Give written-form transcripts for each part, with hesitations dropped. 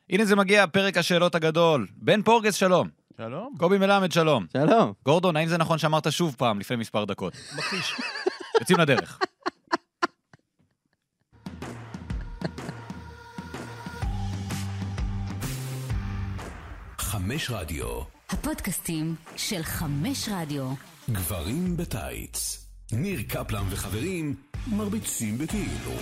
הנה זה מגיע, פרק השאלות הגדול. בן פורגס, שלום. שלום. קובי מלמד, שלום. שלום. גורדון, האם זה נכון שאמרת שוב פעם לפני מספר דקות? מכחיש. יוצאים לדרך. חמש רדיו. הפודקאסטים של 5 רדיו. גברים בטייץ. ניר קפלן וחברים מרביצים בכאילו.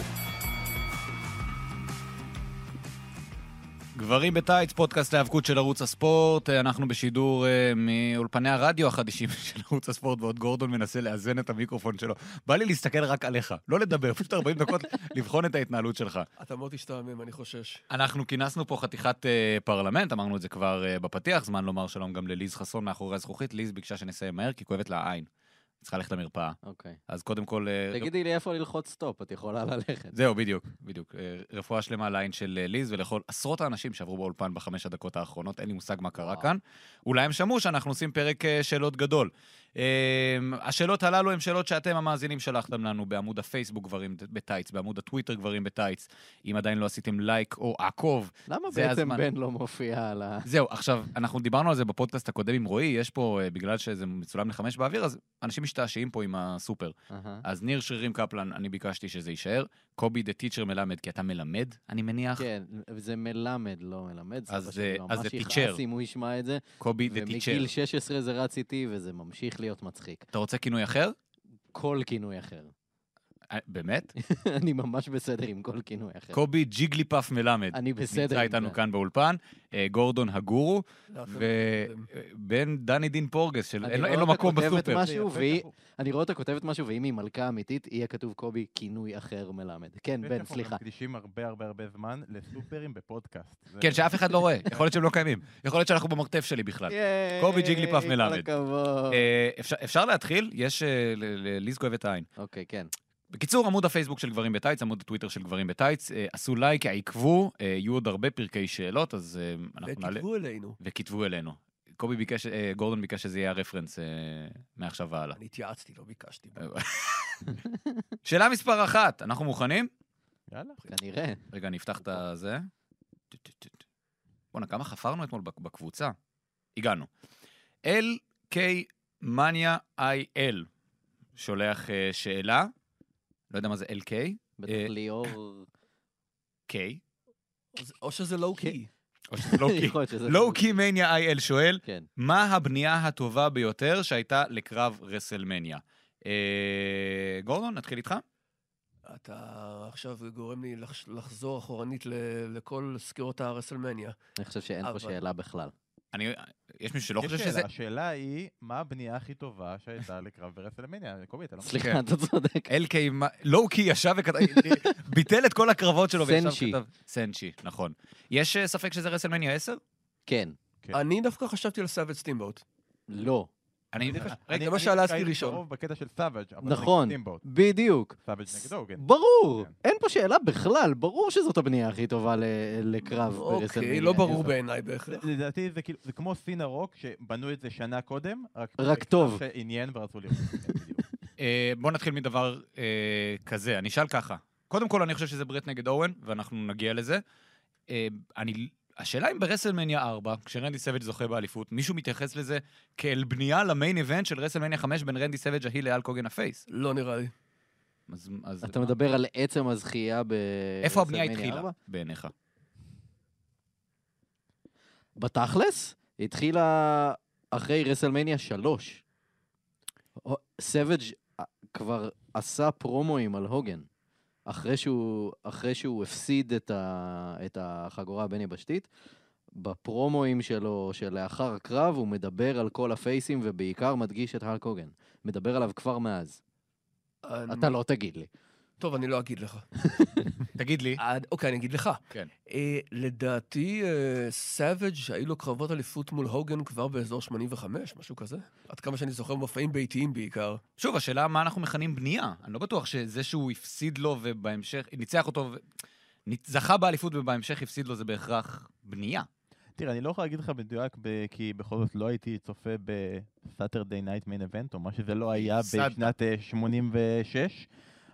גברים בטייץ, פודקאסט להיאבקות של ערוץ הספורט. אנחנו בשידור מאולפני הרדיו החדישים של ערוץ הספורט, ועוד גורדון מנסה לאזן את המיקרופון שלו. בא לי להסתכל רק עליך, לא לדבר, פשוט 40 דקות לבחון את ההתנהלות שלך. אתה מאוד השתעמם, אני חושש. אנחנו כינסנו פה חתיכת פרלמנט, אמרנו את זה כבר בפתיח, זמן לומר שלום גם לליז חסון מאחורי הזכוכית. ליז ביקשה שנסיים מהר, כי כואבת לה העין. צריכה ללכת למרפאה. אוקיי. אז קודם כל... תגידי לי איפה ללחוץ סטופ, את יכולה ללכת. זהו, בדיוק. רפואה שלמה לעין של ליז, ולכל עשרות האנשים שעברו באולפן ב5 הדקות האחרונות, אין לי מושג מה קרה כאן. אולי הם שמעו שאנחנו עושים פרק שאלות גדול. השאלות הללו הן שאלות שאתם המאזינים שלחתם לנו בעמוד הפייסבוק גברים בטייץ, בעמוד הטוויטר גברים בטייץ. אם עדיין לא עשיתם לייק או עקוב, למה בעצם בן לא מופיע על ה... זהו, עכשיו, אנחנו דיברנו על זה בפודקאסט הקודם עם רועי, יש פה, בגלל שזה מצולם ל5 באוויר, אז אנשים משתעשעים פה עם הסופר. אז ניר שרירים קפלן, אני ביקשתי שזה יישאר. קובי דה טיצ'ר מלמד, כי אתה מלמד, אני מניח. כן, זה מלמד, לא מלמד. אז זה טיצ'ר. ממש יכעס אם הוא ישמע את זה. קובי דה טיצ'ר. ומגיל 16 זה רץ איתי, וזה ממשיך להיות מצחיק. אתה רוצה כינוי אחר? כל כינוי אחר. באמת? אני ממש בסדר עם כל כינוי אחר. קובי ג'יגליפף מלמד. אני בסדר. נמצא איתנו כאן באולפן. גורדון הגורו. ובן דני דין פורגס, אין לו מקום בסופר. אני רואה אותה כותבת משהו, ואם היא מלכה אמיתית, יהיה כתוב קובי כינוי אחר מלמד. כן, בן, סליחה. אנחנו מקדישים הרבה זמן לסופרים בפודקאסט. כן, שאף אחד לא רואה. יכול להיות שהם לא קיימים. יכול להיות שאנחנו במרתף שלי בכלל. קובי ג'יגליפף מלמד. אפשר להתחיל? יש ליז כואב את העין. אוקיי, כן. בקיצור, עמוד הפייסבוק של גברים בטייץ, עמוד הטוויטר של גברים בטייץ, עשו לייק, עקבו, יהיו עוד הרבה פרקי שאלות, אז אנחנו נעלה... וכתבו אלינו. גורדון ביקש שזה יהיה הרפרנס מעכשיו והלאה. אני התייעצתי, לא ביקשתי. שאלה מספר 1, אנחנו מוכנים? יאללה. כנראה. רגע, אני אפתח את זה. בוא'נה, כמה חפרנו אתמול בקבוצה? הגענו. LK Mania IL שולח שאלה. לא יודע מה זה LK. בטח ליאור... K. או שזה לואו-קי. לואו-קי מניה IL שואל, מה הבנייה הטובה ביותר שהייתה לקרב רסלמניה? גורדון, נתחיל איתך? אתה עכשיו גורם לי לחזור אחורנית לכל סקירות הרסלמניה. אני חושב שאין פה שאלה בכלל. יש מישהו שלא חושב שזה... השאלה היא, מה הבנייה הכי טובה שהייתה לקרב ברסלמניה? קובי, אתה לא... סליחה, אתה צודק. לואו-קי ישב וכתב... ביטל את כל הקרבות שלו סנצ'י. סנצ'י, נכון. יש ספק שזה רסלמניה 10? כן. אני דווקא חשבתי על סאבג' סטימבוט. לא. רגע, מה שאלתי ראשון. אני בקטע של סאבג', אבל נכון, סטימבוט. בדיוק. סאבג' נגדו, כן. ברור, אין פה שאלה בכלל, ברור שזאת הבנייה הכי טובה לקרב ברסלמניה. אוקיי, לא ברור בעיניי בהכרח. לדעתי זה כמו סינה רוק, שבנו את זה שנה קודם, רק טוב. שעניין ורצו לראות. בוא נתחיל מדבר כזה, אני אשאל ככה. קודם כל אני חושב שזה ברט נגד אוון, ואנחנו נגיע לזה. השאלה אם ברסלמניה 4, כשרנדי סבג' זוכה באליפות, מישהו מתייחס לזה כאל בנייה למיין איבנט של רסלמניה 5 בין רנדי סבג' ההיל לאל קוגן הפייס? לא נראה לי. אתה מדבר על עצם הזכייה ברסלמניה 4? איפה הבנייה התחילה בעיניך? בתכלס? התחילה אחרי רסלמניה 3. סבג' כבר עשה פרומואים על הוגן. אחרי שהוא הפסיד את החגורה הבין-יבשתית, בפרומואים שלו שלאחר הקרב הוא מדבר על כל הפייסים ובעיקר מדגיש את הלק הוגן. מדבר עליו כבר מאז. אתה לא תגיד לי. טוב, אני לא אגיד לך. תגיד לי. אוקיי, אני אגיד לך. כן. לדעתי, סאבג' שהיו לו קרבות אליפות מול הוגן כבר באזור 85, משהו כזה. עד כמה שאני זוכר מופעים ביתיים בעיקר. שוב, השאלה מה אנחנו מכנים בנייה. אני לא בטוח שזה שהוא הפסיד לו ובהמשך, ניצח אותו, זכה באליפות ובהמשך הפסיד לו, זה בהכרח בנייה. תראה, אני לא יכול להגיד לך מדויק, כי בכל זאת לא הייתי צופה בסאטרדיי נייט מיין איבנט, או מה שזה לא היה בשנת 86,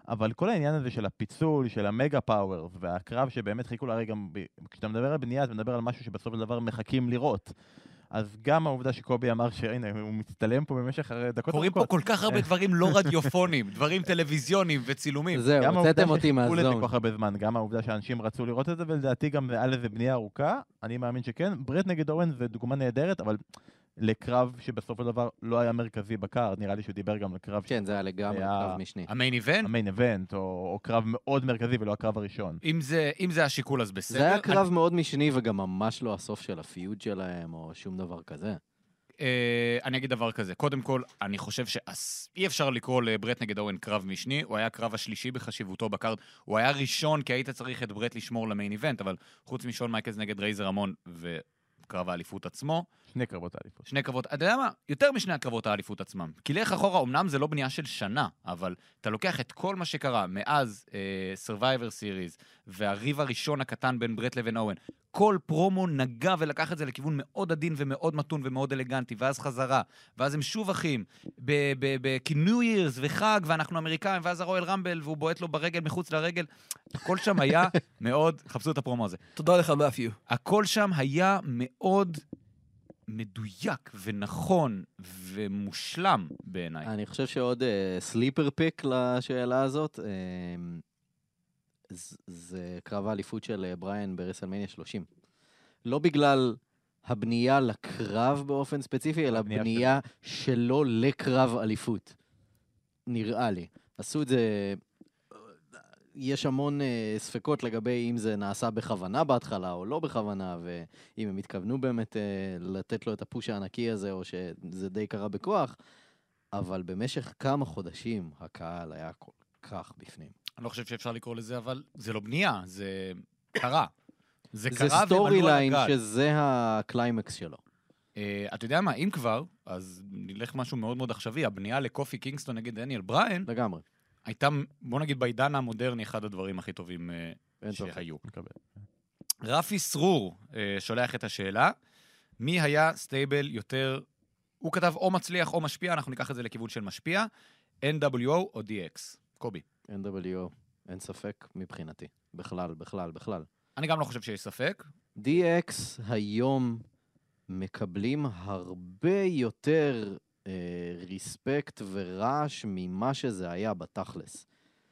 אבל כל העניין הזה של הפיצול, של המגה פאוור, והקרב שבאמת חיכו להרי גם, כשאתה מדבר על בנייה, אתה מדבר על משהו שבסוף הדבר מחכים לראות. אז גם העובדה שקובי אמר שהנה, הוא מצטלם פה במשך דקות. קוראים פה כל כך הרבה דברים לא רדיופונים, דברים טלוויזיוניים וצילומים. זהו, הוצאתם אותי מהזון. מהזון. כל כך הרבה זמן, גם העובדה שאנשים רצו לראות את זה, ולדעתי גם על איזה בנייה ארוכה, אני מאמין שכן. ברט נגד אורן זה דוגמה נהדרת, אבל לקרב שבסוף הדבר לא היה מרכזי בקאר, נראה לי שהוא דיבר גם לקרב כן, זה היה לגמרי קרב משני. המיין איבנט? המיין איבנט, או קרב מאוד מרכזי ולא הקרב הראשון. אם זה השיקול אז בסדר. זה היה קרב מאוד משני וגם ממש לא הסוף של הפיוד שלהם או שום דבר כזה. אני אגיד דבר כזה. קודם כל, אני חושב שאי אפשר לקרוא לברט נגד אורן קרב משני, הוא היה הקרב השלישי בחשיבותו בקארד. הוא היה ראשון כי היית צריך את ברט לשמור למיין איבנט, אבל חוץ משון מייקלס נגד רייזר המון וקרב האליפות עצמו, שני קרבות האליפות. שני קרבות, אתה יודע מה? יותר משני הקרבות האליפות עצמם. כי לך אחורה, אמנם זה לא בנייה של שנה, אבל אתה לוקח את כל מה שקרה מאז Survivor Series והריב הראשון הקטן בין ברט לבין אורן, כל פרומו נגע ולקח את זה לכיוון מאוד עדין ומאוד מתון ומאוד אלגנטי, ואז חזרה, ואז הם שוב אחים, כ-New Year's וחג, ואנחנו אמריקאים, ואז הרואל רמבל, והוא בועט לו ברגל מחוץ לרגל. הכל שם היה מאוד, חפשו את הפרומו הזה. תודה לך, מאפיו. הכל שם היה מאוד מדויק ונכון ומושלם בעיניי. אני חושב שעוד סליפר פיק לשאלה הזאת, זה קרב האליפות של בריין ברסלמניה 30. לא בגלל הבנייה לקרב באופן ספציפי, אלא בנייה שלו לקרב אליפות. נראה לי. עשו את זה, יש המון ספקות לגבי אם זה נעשה בכוונה בהתחלה או לא בכוונה, ואם הם התכוונו באמת לתת לו את הפוש הענקי הזה, או שזה די קרה בכוח, אבל במשך כמה חודשים הקהל היה כל כך בפנים. אני לא חושב שאפשר לקרוא לזה, אבל זה לא בנייה, זה קרה. זה זה קרה סטורי ומלאו על ליין הגל. שזה הקליימקס שלו. אתה יודע מה, אם כבר, אז נלך משהו מאוד מאוד עכשווי, הבנייה לקופי קינגסטון נגד דניאל בריין, לגמרי. הייתה, בוא נגיד, בעידן המודרני, אחד הדברים הכי טובים אין ספק. שהיו. מקבל. רפי סרור שולח את השאלה, מי היה סטייבל יותר, הוא כתב או מצליח או משפיע, אנחנו ניקח את זה לכיוון של משפיע, NWO או DX. קובי. NWO, אין ספק מבחינתי. בכלל. אני גם לא חושב שיש ספק. DX היום מקבלים הרבה יותר ריספקט ורעש ממה שזה היה בתכלס.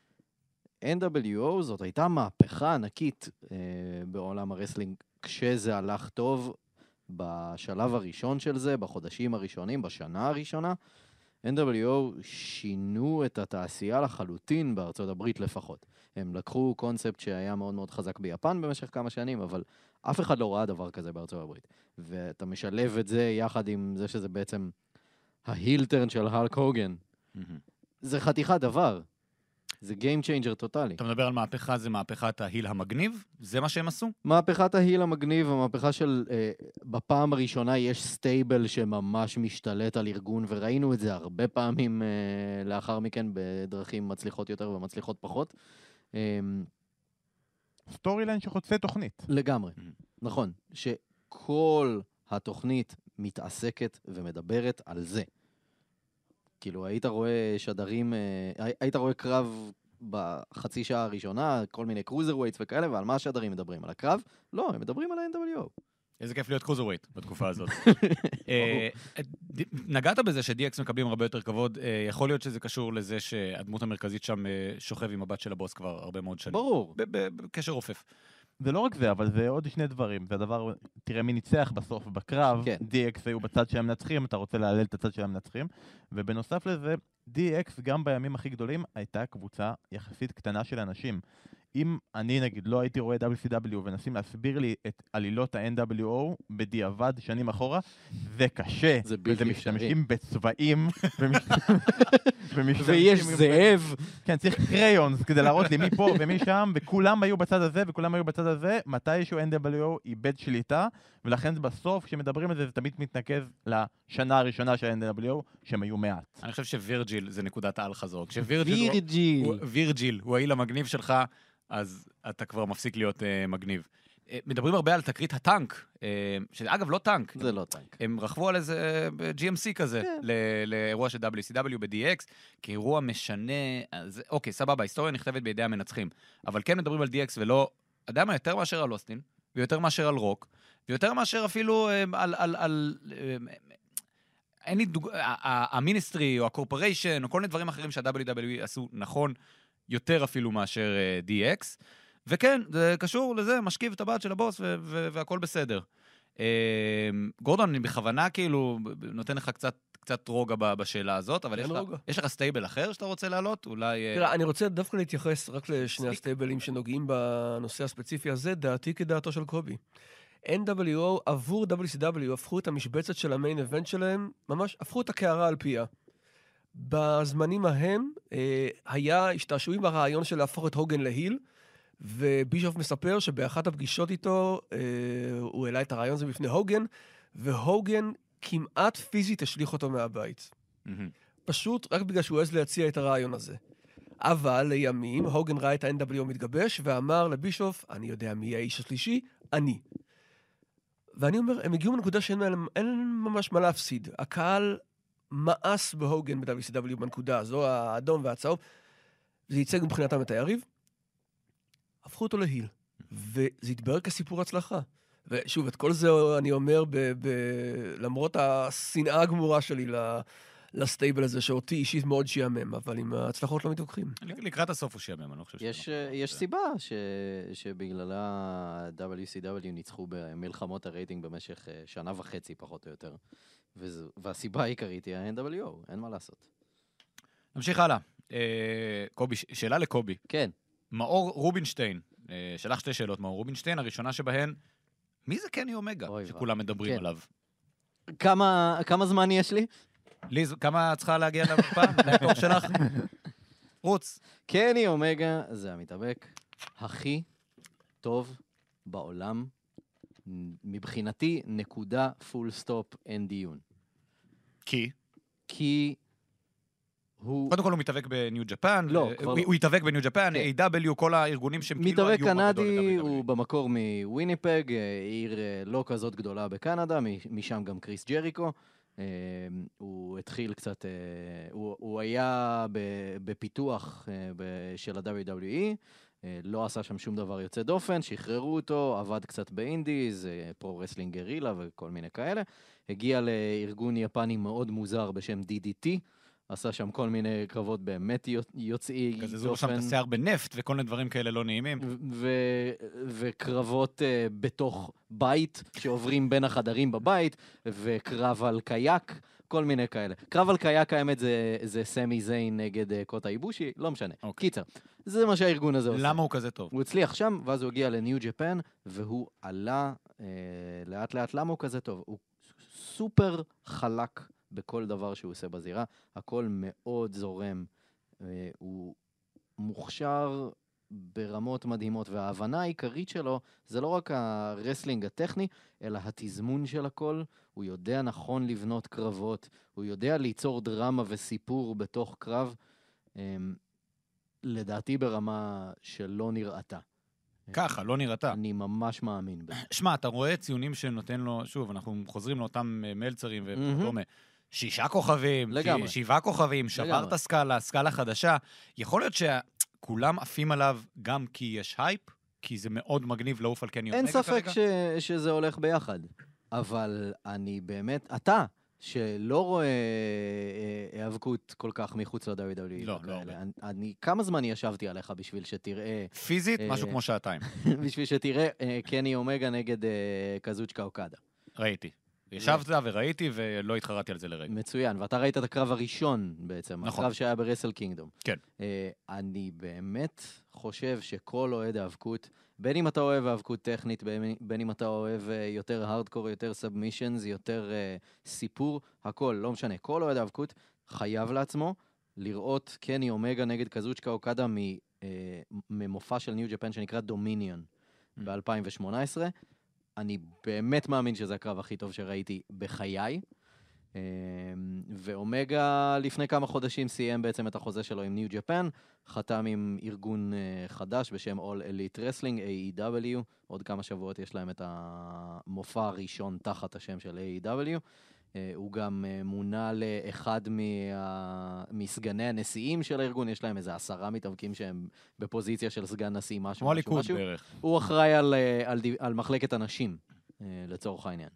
NWO זאת הייתה מהפכה ענקית בעולם הרסלינג, כשזה הלך טוב בשלב הראשון של זה, בחודשים הראשונים, בשנה הראשונה. NWO שינו את התעשייה לחלוטין בארצות הברית לפחות. הם לקחו קונספט שהיה מאוד מאוד חזק ביפן במשך כמה שנים, אבל אף אחד לא ראה דבר כזה בארצות הברית. ואתה משלב את זה יחד עם זה שזה בעצם ההילטרן של הלק הוגן. זה חתיכת דבר. זה Game Changer טוטלי. אתה מדבר על מהפכה, זה מהפכת ההיל המגניב? זה מה שהם עשו? מהפכת ההיל המגניב, המהפכה של, בפעם הראשונה יש סטייבל שממש משתלט על ארגון, וראינו את זה הרבה פעמים לאחר מכן בדרכים מצליחות יותר ומצליחות פחות. סטורי ליין שחוצה תוכנית. לגמרי, נכון. שכל התוכנית מתעסקת ומדברת על זה. כאילו, היית רואה שדרים, היית רואה קרב בחצי שעה הראשונה, כל מיני קרוזר ווייטס וכאלה, ועל מה השדרים מדברים? על הקרב? לא, הם מדברים על ה-NWO. איזה כיף להיות קרוזר ווייט בתקופה הזאת. נגעת בזה ש-DX מקבלים הרבה יותר כבוד, יכול להיות שזה קשור לזה שהדמות המרכזית שם שוכב עם הבת של הבוס כבר הרבה מאוד שנים. ברור. בקשר רופף. זה לא רק זה, אבל זה עוד שני דברים. זה הדבר, תראה מי ניצח בסוף בקרב, כן. DX היו בצד של המנצחים, אתה רוצה להלל את הצד של המנצחים, ובנוסף לזה, DX גם בימים הכי גדולים הייתה קבוצה יחסית קטנה של אנשים. אם אני נגיד לא הייתי רואה WCW ונסים להסביר לי את עלילות ה-NWO בדיעבד שנים אחורה, זה קשה. זה בלתי אפשרי. משתמשים בצבעים, ויש זאב. כן, צריך קריונס כדי להראות לי מי פה ומי שם, וכולם היו בצד הזה וכולם היו בצד הזה, מתישהו NWO איבד שליטה, ולכן בסוף כשמדברים על זה, זה תמיד מתנקז לשנה הראשונה של NWO, שהם היו מעט. אני חושב שווירג'יל זה נקודת העל חזור. וירג'יל הוא העיל המגניב שלך, אז אתה כבר מפסיק להיות מגניב. מדברים הרבה על תקרית הטנק, שזה אגב לא טנק. זה לא טנק. הם רכבו על איזה GMC כזה, לאירוע של WCW ב-DX, כאירוע משנה, אוקיי, סבבה, ההיסטוריה נכתבת בידי המנצחים, אבל כן מדברים על DX ולא, יודע מה, יותר מאשר על אוסטין, ויותר מאשר על רוק, ויותר מאשר אפילו על אין לי המיניסטרי או הקורפוריישן, או כל מיני דברים אחרים שה-WWE עשו נכון, יותר אפילו מאשר DX, וכן, זה קשור לזה, משכיב את הבת של הבוס, והכל בסדר. גורדון, אני בכוונה כאילו נותן לך קצת רוגע בשאלה הזאת, אבל יש לך סטייבל אחר שאתה רוצה להעלות? אולי... תראה, אני רוצה דווקא להתייחס רק לשני הסטייבלים שנוגעים בנושא הספציפי הזה, דעתי כדעתו של קובי. NWO עבור WCW הפכו את המשבצת של המיין איבנט שלהם, ממש הפכו את הקערה על פיה. בזמנים ההם היה השתעשועים ברעיון של להפוך את הוגן להיל, ובישוף מספר שבאחת הפגישות איתו הוא העלה את הרעיון הזה בפני הוגן, והוגן כמעט פיזית השליך אותו מהבית. פשוט רק בגלל שהוא עז להציע את הרעיון הזה. אבל לימים הוגן ראה את ה-NWO מתגבש ואמר לבישוף, אני יודע מי האיש השלישי, אני. ואני אומר, הם הגיעו מנקודה שאין ממש מה להפסיד. הקהל מאס בהוגן ב-WCW בנקודה הזו, האדום והצהוב, זה ייצג מבחינתם את היריב, הפכו אותו להיל, וזה התברר כסיפור הצלחה. ושוב, את כל זה אני אומר, למרות השנאה הגמורה שלי לסטייבל הזה, שאותי אישית מאוד שיאמם, אבל עם ההצלחות לא מתווכחים. לקראת הסוף הוא שיאמם, אני לא חושב יש סיבה שבגללה WCW ניצחו במלחמות הרייטינג במשך 1.5 שנה פחות או יותר, והסיבה העיקרית היא ה-NWO, אין מה לעשות. נמשיך הלאה. קובי, שאלה לקובי. כן. מאור רובינשטיין, שלח 2 שאלות, מאור רובינשטיין, הראשונה שבהן, מי זה קני אומגה שכולם מדברים עליו? כמה זמן יש לי? ליז, כמה צריכה להגיע למפה? לתור שלך? רוץ. קני אומגה זה המתאבק הכי טוב בעולם, מבחינתי נקודה פול סטופ אין דיון. כי קודם כל הוא מתאבק בניו ג'פן, לא, הוא יתאבק בניו ג'פן, A.W, כל הארגונים שהם כאילו מתאבק קנדי, הוא במקור מוויניפג, עיר לא כזאת גדולה בקנדה, משם גם קריס ג'ריקו, הוא התחיל קצת, הוא היה בפיתוח של ה-WWE, לא עשה שם שום דבר יוצא דופן, שחררו אותו, עבד קצת באינדיז, פרו-רסלינג גרילה וכל מיני כאלה, הגיע לארגון יפני מאוד מוזר בשם DDT, עשה שם כל מיני קרבות באמת יוצאי דופן. כזה זו שם את השיער בנפט וכל מיני דברים כאלה לא נעימים. וקרבות בתוך בית שעוברים בין החדרים בבית, וקרב על קייק, כל מיני כאלה. קרב על קייק האמת זה סמי זיין נגד קוטה איבושי, לא משנה. קיצר, זה מה שהארגון הזה עושה. למה הוא כזה טוב? הוא הצליח שם, ואז הוא הגיע לניו ג'פן, והוא עלה לאט לאט. למה הוא כזה טוב? הוא סופר חלק בכל דבר שהוא עושה בזירה, הכל מאוד זורם, הוא מוכשר ברמות מדהימות, וההבנה העיקרית שלו זה לא רק הרסלינג הטכני, אלא התזמון של הכל, הוא יודע נכון לבנות קרבות, הוא יודע ליצור דרמה וסיפור בתוך קרב, לדעתי ברמה שלא נראתה. ככה, לא נראתה. אני ממש מאמין בזה. שמע, אתה רואה ציונים שנותן לו, שוב, אנחנו חוזרים לאותם מלצרים וכדומה, 6 כוכבים, 7 כוכבים, שבר את הסקאלה, סקאלה חדשה. יכול להיות שכולם עפים עליו גם כי יש הייפ, כי זה מאוד מגניב לעוף על קני אומגה כרגע. אין ספק שזה הולך ביחד, אבל אני באמת, אתה, שלא רואה היאבקות כל כך מחוץ ל-WWE. לא, לא הרבה. אני כמה זמן ישבתי עליך בשביל שתראה... פיזית, משהו כמו 2 שעות. בשביל שתראה קני אומגה נגד קזוצ'קה אוקדה. ראיתי. ישבת וראיתי ולא התחרתי על זה לרגע. מצוין, ואתה ראית את הקרב הראשון בעצם, נכון. הקרב שהיה ברסל קינגדום. כן. אני באמת חושב שכל אוהד האבקות, בין אם אתה אוהב האבקות טכנית, בין אם אתה אוהב יותר הארדקור, יותר סאבמישנס, יותר סיפור, הכל, לא משנה. כל אוהד האבקות חייב לעצמו לראות קני אומגה נגד קזוצ'קה אוקדה ממופע של ניו ג'פן שנקרא דומיניון ב-2018. אני באמת מאמין שזה הקרב הכי טוב שראיתי בחיי. ואומגה לפני כמה חודשים סיים בעצם את החוזה שלו עם ניו ג'פן, חתם עם ארגון חדש בשם All Elite Wrestling, AEW, עוד כמה שבועות יש להם את המופע הראשון תחת השם של AEW, הוא גם מונה לאחד מסגני הנשיאים של הארגון, יש להם איזה 10 מתאבקים שהם בפוזיציה של סגן נשיא, משהו. כמו הליכוד בערך. הוא אחראי על מחלקת הנשים, לצורך העניין.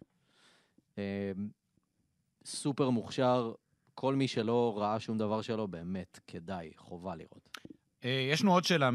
סופר מוכשר, כל מי שלא ראה שום דבר שלו, באמת כדאי, חובה לראות. יש לנו עוד שאלה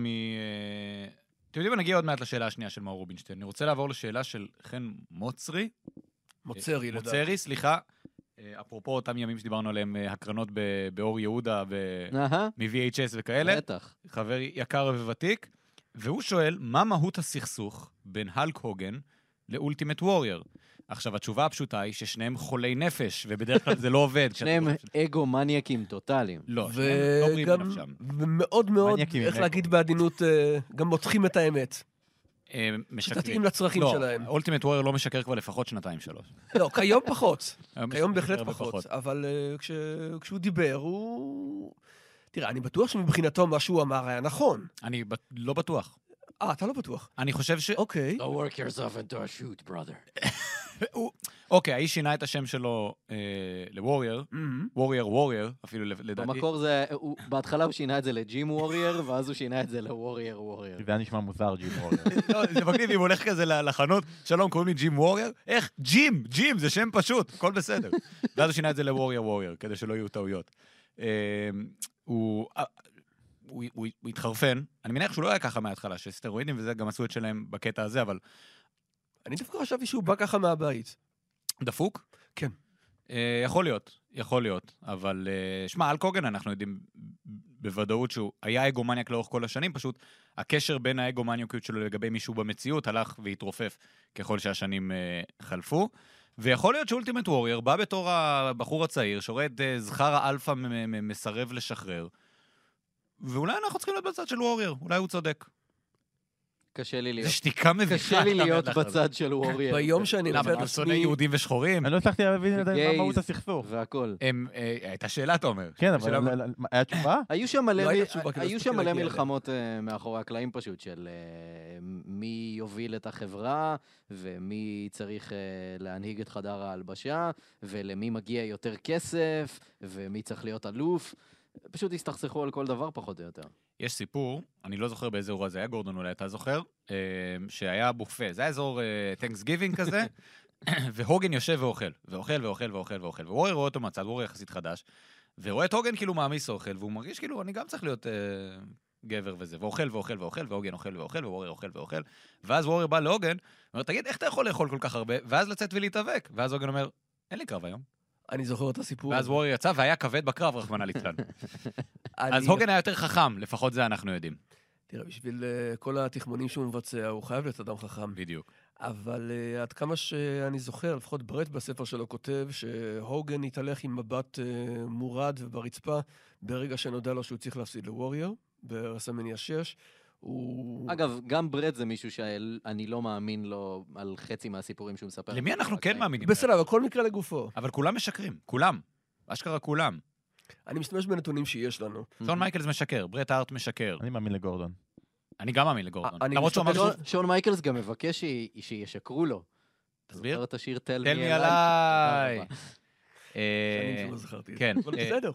אתם יודעים, נגיע עוד מעט לשאלה השנייה של מאור רובינשטיין. אני רוצה לעבור לשאלה של חן מוצרי. מוצרי, לדעת. מוצרי, סליחה. אפרופו אותם ימים שדיברנו עליהם, הקרנות באור יהודה מ-VHS וכאלה. בטח. חבר יקר וותיק. והוא שואל, מה מהות הסכסוך בין הלק הוגן לאולטימט וורייר? עכשיו, התשובה הפשוטה היא ששניהם חולי נפש, ובדרך כלל זה לא עובד. שניהם אגו מניאקים טוטליים. לא, שניהם לא בריאים בנפשם. ומאוד מאוד, איך להגיד בעדינות, גם מותחים את האמת. שתתאים לצרכים שלהם. לא, אולטימט וורייר לא משקר כבר לפחות 2-3. לא, כיום פחות. כיום בהחלט פחות. אבל כשהוא דיבר, הוא... תראה, אני בטוח שמבחינתו מה שהוא אמר היה נכון. אני לא בטוח. אתה לא בטוח. אני חושב ש... אוקיי. Don't work yourself into a shoot, brother. אוקיי, האיש שינה את השם שלו לוורייר, וורייר, אפילו לדעתי. במקור זה, בהתחלה הוא שינה את זה לג'ים וורייר, ואז הוא שינה את זה לוורייר. זה היה נשמע מוזר, ג'ים וורייר. לא, זה מגניב, אם הולך כזה לחנות, שלום, קוראים לי ג'ים וורייר? איך? ג'ים, זה שם פשוט, הכל בסדר. ואז הוא שינה את זה לוורייר, כדי שלא יהיו טעויות. הוא התחרפן, אני מניח שהוא לא היה ככה מההתחלה, שסטרואידים וזה גם עשו את שלהם בקטע הזה, אבל... אני דווקא חשבתי שהוא בא ככה מהבית. דפוק? כן. יכול להיות, אבל שמע, הלק הוגן אנחנו יודעים בוודאות שהוא היה אגומניאק לאורך כל השנים, פשוט הקשר בין האגומניאקיות שלו לגבי מישהו במציאות הלך והתרופף ככל שהשנים חלפו, ויכול להיות שאולטימט וורייר בא בתור הבחור הצעיר, שורד זכר האלפא מסרב לשחרר, ואולי אנחנו צריכים להיות בצד של וורייר, אולי הוא צודק. קשה לי להיות. זה שתיקה מביכה. קשה לי להיות בצד של וורייר. ביום שאני למה, אתה שונא יהודים ושחורים? אני לא הצלחתי להבין את מהות הסכסוך. והכל. הייתה שאלה, אתה אומר. כן, אבל היה תשובה? היו שם מלא מלחמות מאחורי הקלעים פשוט, של מי יוביל את החברה, ומי צריך להנהיג את חדר ההלבשה, ולמי מגיע יותר כסף, ומי צריך להיות אלוף. פשוט הסתכסכו על כל דבר פחות או יותר. יש סיפור, אני לא זוכר באיזה אירוע זה היה, גורדון אולי אתה זוכר, שהיה בופה, זה היה אזור Thanksgiving כזה, והוגן יושב ואוכל, ווורייר רואה אותו מהצד, וורייר יחסית חדש, ורואה את הוגן כאילו מעמיס אוכל, והוא מרגיש כאילו, אני גם צריך להיות גבר וזה, והוגן אוכל, וורייר אוכל, ואז וורייר בא להוגן, אומר, תגיד, איך אתה יכול לאכול כל כך הרבה, ואז לצאת ולהתאבק, ואז הוגן אומר, אין לי קרב היום. אני זוכר את הסיפור. ואז וורייר יצא והיה כבד בקרב, רחמנא ליצלן. אז הוגן היה יותר חכם, לפחות זה אנחנו יודעים. תראה, בשביל כל התחמונים שהוא מבצע, הוא חייב להיות אדם חכם. בדיוק. אבל עד כמה שאני זוכר, לפחות ברט בספר שלו כותב, שהוגן התהלך עם מבט מורד וברצפה, ברגע שנודע לו שהוא צריך להפסיד לוורייר, ברסלמניה 6, אגב, גם ברט זה מישהו שאני לא מאמין לו על חצי מהסיפורים שהוא מספר. למי אנחנו כן מאמינים? בסדר, אבל כל מקרה לגופו. אבל כולם משקרים, כולם. אשכרה כולם. אני משתמש בנתונים שיש לנו. שון מייקלס משקר, ברט הארט משקר. אני מאמין לגורדון. אני גם מאמין לגורדון. שון מייקלס גם מבקש שישקרו לו. תסביר? זוכר את השיר תל מי עליי. שאני לא זכרתי את זה. כן. אבל בסדר.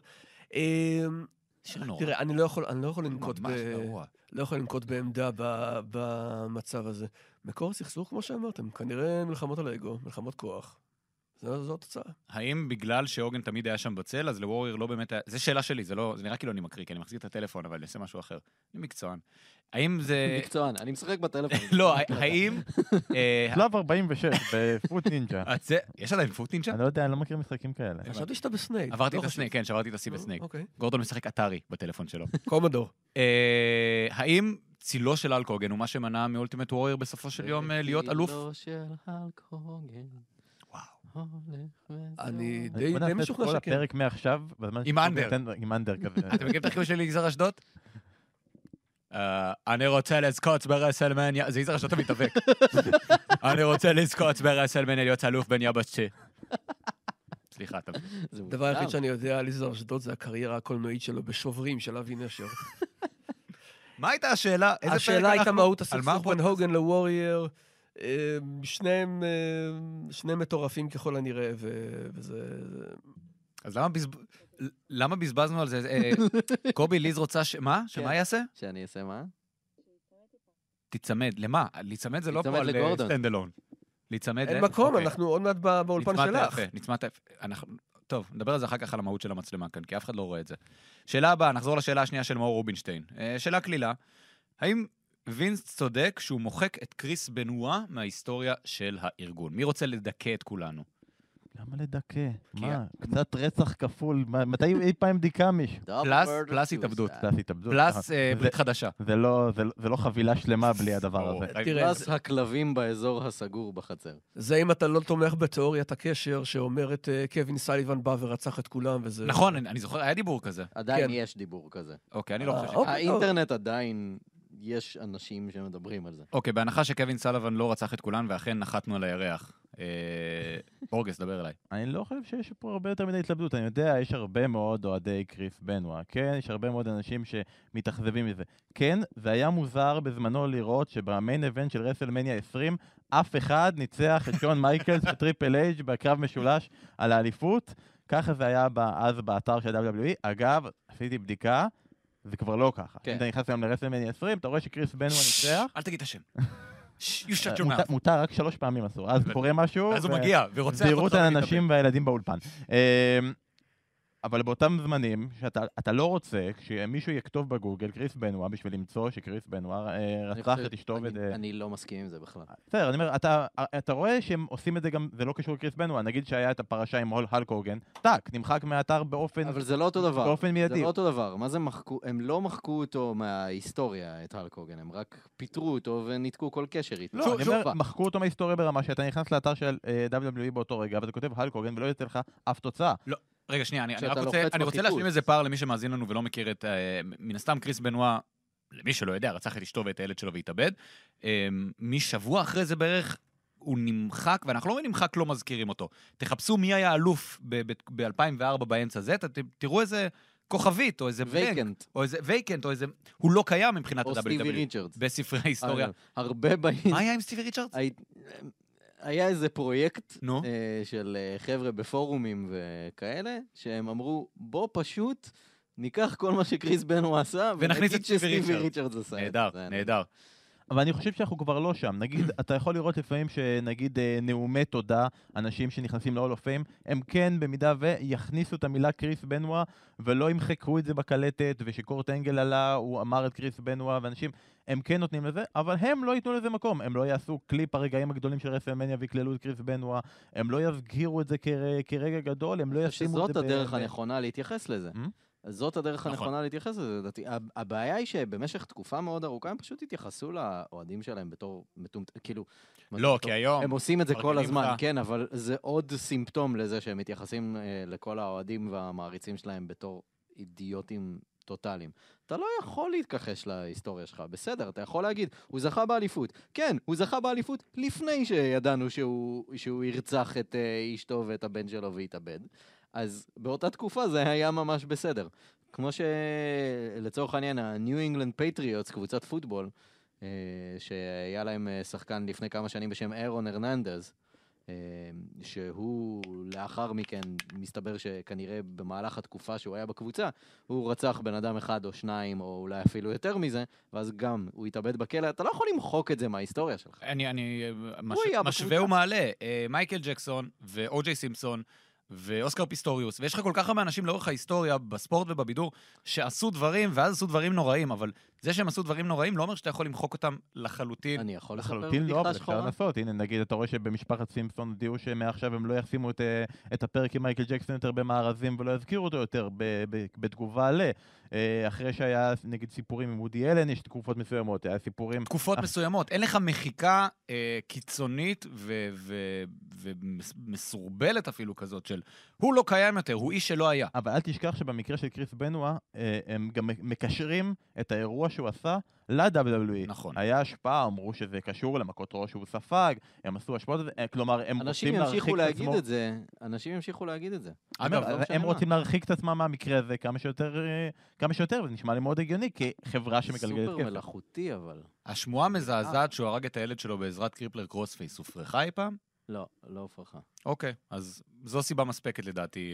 תראה, אני לא יכול לנקוט בעמדה במצב הזה. מקור הסכסוך, כמו שאמרתם, כנראה מלחמות על האגו, מלחמות כוח. זו התוצאה. האם בגלל שהוגן תמיד היה שם בצל, אז לוורייר לא באמת היה... זו שאלה שלי, זה נראה כאילו אני מקריא, כי אני מחזיק את הטלפון, אבל אני אעשה משהו אחר. אני מקצוען. האם זה... מקצוען, אני משחק בטלפון. לא, האם... שלב 46 בפרוט נינג'ה. יש עדיין פרוט נינג'ה? אני לא יודע, אני לא מכיר משחקים כאלה. חשבתי שאתה בסנייק. עברתי את הסנייק, כן, שברתי את השיא בסנייק. גורדון משחק אתרי בטלפון שלו. קומודור. האם צילו של הלק הוגן הוא מה שמנע מאולטימט וורייר בסופו של יום להיות אלוף? צילו של הלק הוגן. אני די משוכנע כל שכן. הפרק מעכשיו, עם אנדר. עם אנדר כזה. אתם מכירים את החיבור שלי לגזר אשדוד? אני רוצה לזכות ברסלמניה, זה יזהר אשדוד המתאבק. אני רוצה לזכות ברסלמניה להיות אלוף בן יבשתי. סליחה, תמשיך. זה הדבר היחיד מוקדם. שאני יודע על ליזר אשדוד זה הקריירה הקולנועית שלו בשוברים של אבי נשר. מה הייתה השאלה? איזה פרק השאלה הייתה אנחנו- מהות על מה הסכסוך בין הפודקאסט? הוגן לוורייר. שניהם מטורפים ככל הנראה, וזה... אז למה בזבזנו על זה? קובי, ליז רוצה מה? שמה יעשה? שאני אעשה מה? תיצמד. למה? להיצמד זה לא להיצמד פה על לגורדון. סטנד אלון. להיצמד אין מקום, אוקיי. אנחנו עוד מעט באולפן נצמדת שלך. יפה, נצמדת יפה. טוב, נדבר על זה אחר כך על המהות של המצלמה כאן, כי אף אחד לא רואה את זה. שאלה הבאה, נחזור לשאלה השנייה של מאור רובינשטיין. שאלה כלילה, האם וינס צודק שהוא מוחק את קריס בנואה מההיסטוריה של הארגון? מי רוצה לדכא את כולנו? למה לדכא? מה? קצת רצח כפול. מתי אי פעם דיכא מישהו? פלס התאבדות. פלס התאבדות. פלס ברית חדשה. זה לא חבילה שלמה בלי הדבר ברור. הזה. תראה, פלס הכלבים באזור הסגור בחצר. זה אם אתה לא תומך בתיאוריית הקשר שאומרת קווין סליבן בא ורצח את כולם, וזה... נכון, אני זוכר, היה דיבור כזה. עדיין כן. יש דיבור כזה. אוקיי, אני לא חושב ש... אוקיי. האינטרנט עדיין, יש אנשים שמדברים על זה. אוקיי, בהנחה שקווין סליבן לא רצח את כולן, ואכן נחתנו על הירח. אורגס, דבר אליי. אני לא חושב שיש פה הרבה יותר מדי התלבטות. אני יודע, יש הרבה מאוד אוהדי קריס בנואה. כן, יש הרבה מאוד אנשים שמתאכזבים מזה. כן, זה היה מוזר בזמנו לראות שבמיין איבנט של רסלמניה 20, אף אחד ניצח את שון מייקלס וטריפל אייג' בקרב משולש על האליפות. ככה זה היה אז באתר של WWE. אגב, עשיתי בדיקה, זה כבר לא ככה. כן. אם אתה נכנס היום לרסלמניה 20, אתה רואה שקריס בנואה ניצח. אל תגיד את השם. You shut your mouth. מותר רק 3 פעמים אסור. אז קורה משהו. אז הוא מגיע, ורוצח זהירות אותך על ולהתאבד. האנשים והילדים באולפן. אבל באותם זמנים, שאתה לא רוצה, כשמישהו יכתוב בגוגל קריס בנואה בשביל למצוא שקריס בנואה רצח את אשתו אני לא מסכים עם זה בכלל. בסדר, אני אומר, אתה רואה שהם עושים את זה גם, זה לא קשור לקריס בנואה, נגיד שהיה את הפרשה עם הולק הוגן, טק, נמחק מהאתר אבל זה לא אותו דבר. באופן זה מיידי. לא אותו דבר. מה זה מחקו? הם לא מחקו אותו מההיסטוריה, את הלק הוגן. הם רק פיטרו אותו וניתקו כל קשר איתו. לא, אני אומר, מחקו אותו מההיסטוריה ברמה שאתה נכנס לאתר של WWE באותו רגע, ואתה כותב הולק הוגן ולא יוצא לך אף תוצאה. רגע, שנייה, אני כשאתה רק לוחץ רוצה בחיפוש. להשלים איזה פער למי שמאזין לנו ולא מכיר את... מן הסתם קריס בנואה, למי שלא יודע, רצח את אשתו ואת הילד שלו והתאבד. משבוע אחרי זה בערך הוא נמחק, ואנחנו לא אומרים נמחק, לא מזכירים אותו. תחפשו מי היה אלוף ב-2004 באמצע הזה, תראו איזה כוכבית, או איזה וייקנט. או איזה וייקנט, או איזה... הוא לא קיים מבחינת או ה-WWE. סטיבי ריצ'רדס. בספרי ההיסטוריה. הרבה באים... מה היה עם סטיבי ריצ'רדס? היה איזה פרויקט נו. של חבר'ה בפורומים וכאלה, שהם אמרו, בוא פשוט ניקח כל מה שקריס בנואה עשה, ונכניס את ונגיד סטיבי שסטיבי ריצ'רדס. ריצ'רדס עשה. את נהדר, זה. נהדר. אבל אני חושב שאנחנו כבר לא שם. נגיד, אתה יכול לראות לפעמים שנגיד נאומי תודה, אנשים שנכנסים ל-Hall of Fame, הם כן במידה ויכניסו את המילה קריס בנואה, ולא ימחקו את זה בקלטת, ושקורט אנגל עלה, הוא אמר את קריס בנואה, ואנשים, הם כן נותנים לזה, אבל הם לא ייתנו לזה מקום. הם לא יעשו קליפ הרגעים הגדולים של רסלמניה ויקללו את קריס בנואה, הם לא יזכירו את זה כרגע גדול, הם לא ישימו את זה שזאת הדרך הנכונה להתייחס לזה. זאת הדרך נכון. הנכונה להתייחס לזה, לדעתי. הבעיה היא שבמשך תקופה מאוד ארוכה הם פשוט התייחסו לאוהדים שלהם בתור כאילו... לא, כי היום... הם עושים את זה כל מרגילים הזמן, לך. כן, אבל זה עוד סימפטום לזה שהם מתייחסים לכל האוהדים והמעריצים שלהם בתור אידיוטים טוטליים. אתה לא יכול להתכחש להיסטוריה שלך, בסדר, אתה יכול להגיד, הוא זכה באליפות. כן, הוא זכה באליפות לפני שידענו שהוא ירצח את אשתו ואת הבן שלו והתאבד. אז באותה תקופה זה היה ממש בסדר. כמו שלצורך העניין, ה-New England Patriots, קבוצת פוטבול, שהיה להם שחקן לפני כמה שנים בשם אירון הרננדז, שהוא לאחר מכן מסתבר שכנראה במהלך התקופה שהוא היה בקבוצה, הוא רצח בן אדם אחד או שניים, או אולי אפילו יותר מזה, ואז גם הוא התאבד בכלא. אתה לא יכול למחוק את זה מההיסטוריה שלך. אני היה משווה בקבוצה. ומעלה. מייקל ג'קסון ואו-ג'יי סימפסון ואוסקר פיסטוריוס, ויש לך כל כך הרבה אנשים לאורך ההיסטוריה, בספורט ובבידור, שעשו דברים, ואז עשו דברים נוראים, אבל זה שהם עשו דברים נוראים לא אומר שאתה יכול למחוק אותם לחלוטין. אני יכול לספר לחלוטין לא, אבל בדיחה אפשר שחורה? לנסות. הנה, נגיד, אתה רואה שבמשפחת סימפסון הודיעו שמעכשיו הם לא ישימו את הפרק עם מייקל ג'קסון יותר במארזים, ולא יזכירו אותו יותר בתגובה אחרי שהיה, נגיד, סיפורים עם וודי אלן, יש תקופות מסוימות, היה סיפורים... תקופות מסוימות. אין לך מחיקה קיצונית ומסורבלת אפילו כזאת של הוא לא קיים יותר, הוא איש שלא היה. אבל אל תשכח שבמקרה של קריס בנואה, הם גם מקשרים את האירוע האירוע שהוא עשה ל-WWE. נכון. היה השפעה, אמרו שזה קשור למכות ראש שהוא ספג, הם עשו השפעות, כלומר, הם רוצים להרחיק את עצמו. אנשים ימשיכו להגיד את זה. אגב, הם רוצים להרחיק את עצמם מהמקרה הזה כמה שיותר, וזה נשמע לי מאוד הגיוני, כחברה שמגלגלת סופר מלאכותי, אבל... השמועה מזעזעת שהוא הרג את הילד שלו בעזרת קריפלר קרוספייס, הופרכה אי פעם? לא, לא הופרכה. אוקיי, אז זו סיבה מספקת לדעתי.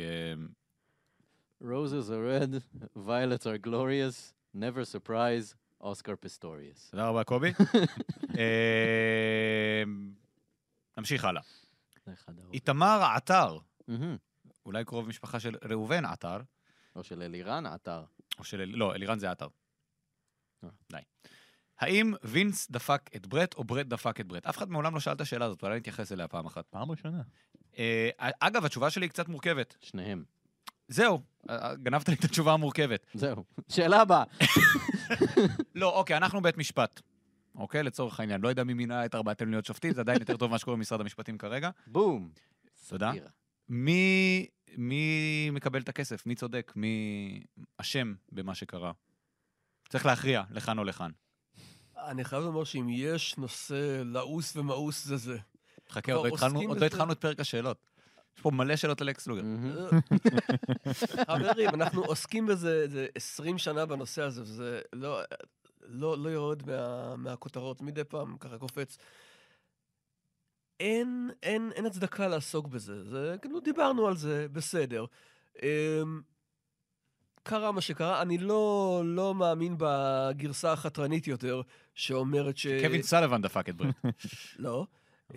Roses are red, violets are glorious, never surprise, Oscar Pistorius. תודה רבה, קובי. נמשיך הלאה. איתמר עטר, אולי קרוב משפחה של ראובן עטר. או של אלירן עטר. לא, אלירן זה עטר. די. האם וינס דפק את ברט או ברט דפק את ברט? אף אחד מעולם לא שאל את השאלה הזאת, אולי נתייחס אליה פעם אחת. פעם ראשונה. אגב, התשובה שלי היא קצת מורכבת. שניהם. זהו, גנבת לי את התשובה המורכבת. זהו. שאלה הבאה. לא, אוקיי, אנחנו בית משפט. אוקיי, לצורך העניין. לא יודע מי מינה את ארבעתנו להיות שופטים, זה עדיין יותר טוב מה שקורה במשרד המשפטים כרגע. בום. תודה. מי מקבל את הכסף? מי צודק? מי אשם במה שקרה? צריך להכריע, לכאן או לכאן. אני חייב לומר שאם יש נושא לעוס ומאוס זה זה. חכה, עוד לא התחלנו את פרק השאלות. יש פה מלא שאלות על אקס לוגר. חברים, אנחנו עוסקים בזה 20 שנה בנושא הזה, וזה לא יורד מהכותרות, מדי פעם ככה קופץ. אין הצדקה לעסוק בזה. זה, כאילו, דיברנו על זה, בסדר. קרה מה שקרה, אני לא מאמין בגרסה החתרנית יותר, שאומרת קווין סלוון דפק את ברט. לא.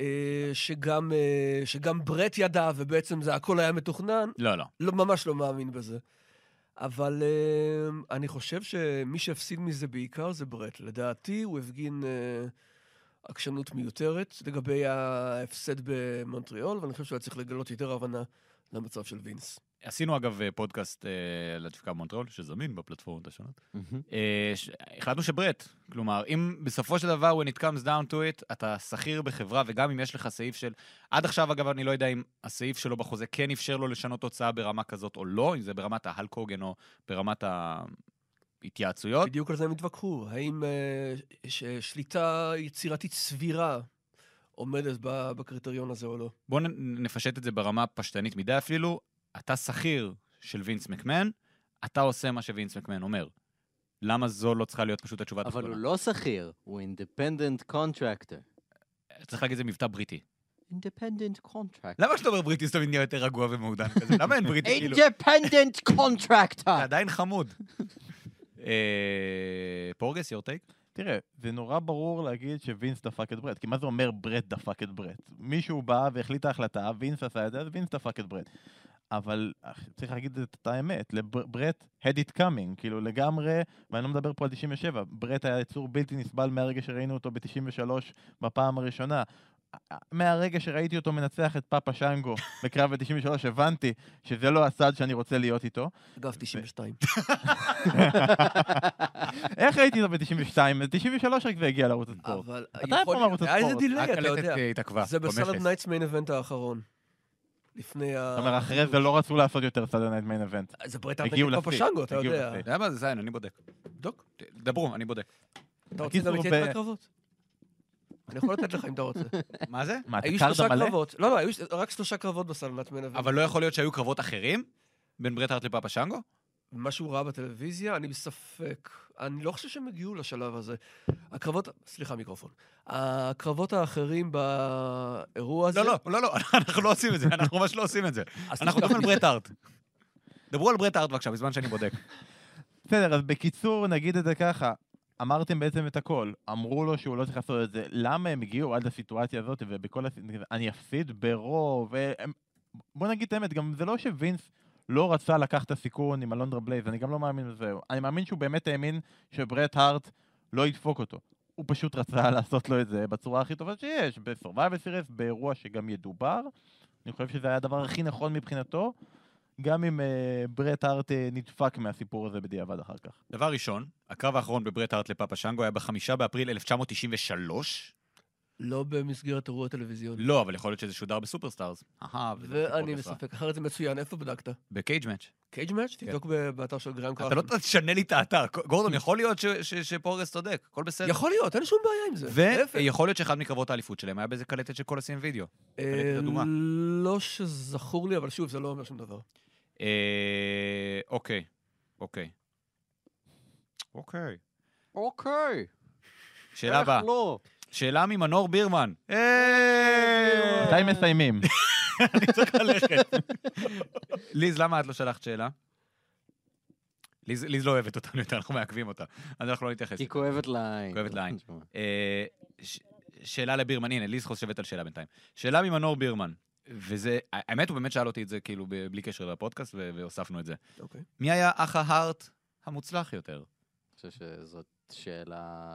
שגם ברט ידע, ובעצם זה הכל היה מתוכנן. לא. לא, ממש לא מאמין בזה. אבל אני חושב שמי שהפסיד מזה בעיקר זה ברט. לדעתי הוא הפגין עקשנות מיותרת לגבי ההפסד במונטריאול, ואני חושב שהוא היה צריך לגלות יותר הבנה למצב של וינס. עשינו אגב פודקאסט לדפקה במונטריאול, שזמין בפלטפורמות השונות. החלטנו שברט, כלומר, אם בסופו של דבר when it comes down to it, אתה שכיר בחברה, וגם אם יש לך סעיף של... עד עכשיו, אגב, אני לא יודע אם הסעיף שלו בחוזה כן אפשר לו לשנות תוצאה ברמה כזאת או לא, אם זה ברמת ההלק הוגן או ברמת ההתייעצויות. בדיוק על זה הם התווכחו. האם שליטה יצירתית סבירה עומדת בקריטריון הזה או לא? בואו נפשט את זה ברמה פשטנית מדי אפילו. אתה שכיר של וינס מקמן, אתה עושה מה שווינס מקמן אומר. למה זו לא צריכה להיות פשוט התשובה התחתונה? אבל הוא לא שכיר, הוא independent contractor. צריך להגיד זה מבטא בריטי. independent contractor. למה שאתה אומר בריטי זה תמיד נהיה יותר רגוע ומעודן כזה? למה אין בריטי כאילו? independent contractor. זה עדיין חמוד. פורגס, your take? תראה, זה נורא ברור להגיד שווינס דפק את ברט, כי מה זה אומר ברט דפק את ברט? מישהו בא והחליט ההחלטה, וינס עשה את זה, אז וינס דפק את ברט. אבל צריך להגיד את האמת, לברט had it coming, כאילו לגמרי, ואני לא מדבר פה על 97, ברט היה יצור בלתי נסבל מהרגע שראינו אותו ב-93 בפעם הראשונה. מהרגע שראיתי אותו מנצח את פאפה שנגו בקרב ב-93, הבנתי שזה לא הצד שאני רוצה להיות איתו. אגב, 92. איך ראיתי אותו ב-92? ב-93 רק זה הגיע לערוץ הספורט. אבל אתה היה פה מערוץ היה איזה הספורט. דילי, אתה יודע. התעכבה. זה בסלד נייטס מיין איבנט האחרון. לפני זאת אומרת, אחרי זה לא רצו לעשות יותר סאדר נייט מיין איבנט. זה ברט נגד פאפה שנגו, אתה יודע. אתה יודע מה זה זין, אני בודק. בדוק. דברו, אני בודק. אתה רוצה גם לתת בקרבות? אני יכול לתת לך אם אתה רוצה. מה זה? מה, אתה היו קארד 3 מלא? קרבות. לא, היו רק 3 קרבות בסלד נייטס מיין איבנט. אבל לא יכול להיות שהיו קרבות אחרים? בין ברט הארט לפאפה שנגו? מה שהוא ראה בטלוויזיה, אני בספק. אני לא חושב שהם הגיעו לשלב הזה. הקרבות, סליחה, מיקרופון. הקרבות האחרים באירוע הזה... לא, אנחנו לא עושים את זה, אנחנו ממש לא עושים את זה. אנחנו מדברים על ברט הארט. דברו על ברט הארט בבקשה, בזמן שאני בודק. בסדר, אז בקיצור, נגיד את זה ככה. אמרתם בעצם את הכל, אמרו לו שהוא לא צריך לעשות את זה. למה הם הגיעו עד לסיטואציה הזאת, ובכל אני אפסיד ברוב, בוא נגיד את האמת, גם זה לא שווינס לא רצה לקח את הסיכון עם אלונדרה בלייז, אני גם לא מאמין לזה. אני מאמין שהוא באמת האמין שברט הארט לא ידפוק אותו. הוא פשוט רצה לעשות לו את זה בצורה הכי טובה שיש, בסורווייבר סיריס, באירוע שגם ידובר. אני חושב שזה היה הדבר הכי נכון מבחינתו, גם אם ברט הארט נדפק מהסיפור הזה בדיעבד אחר כך. דבר ראשון, הקרב האחרון בברט הארט לפאפה שנגו היה ב5 באפריל 1993. לא במסגרת אירוע טלוויזיוני. לא, אבל יכול להיות שזה שודר בסופרסטארס. ואני מספק, אחרת זה מצוין. איפה בדקת? בקייג' מאץ'. קייג' מאץ'? תבדוק באתר של גרם אתה קראפט. לא תשנה לי את האתר. גורדון, יכול להיות שפורגס צודק, הכל בסדר. יכול להיות, אין שום בעיה עם זה. להפך. ויכול להיות שאחד מקרבות האליפות שלהם היה באיזה קלטת של כל הסים וידאו. קלטת אדומה. לא שזכור לי, אבל שוב, זה לא אומר שום דבר. אוקיי. שאלה הבאה. לא? שאלה ממנור בירמן. מתי מסיימים? אני צריך ללכת. ליז, למה את לא שלחת שאלה? ליז לא אוהבת אותנו יותר, אנחנו מעכבים אותה. אז אנחנו לא נתייחס. היא כואבת לעין. כואבת לעין. שאלה לבירמן, הנה, ליז חושבת על שאלה בינתיים. שאלה ממנור בירמן, וזה, האמת הוא באמת שאל אותי את זה כאילו בלי קשר לפודקאסט, והוספנו את זה. אוקיי. מי היה אח ההארט המוצלח יותר? אני חושב שזאת שאלה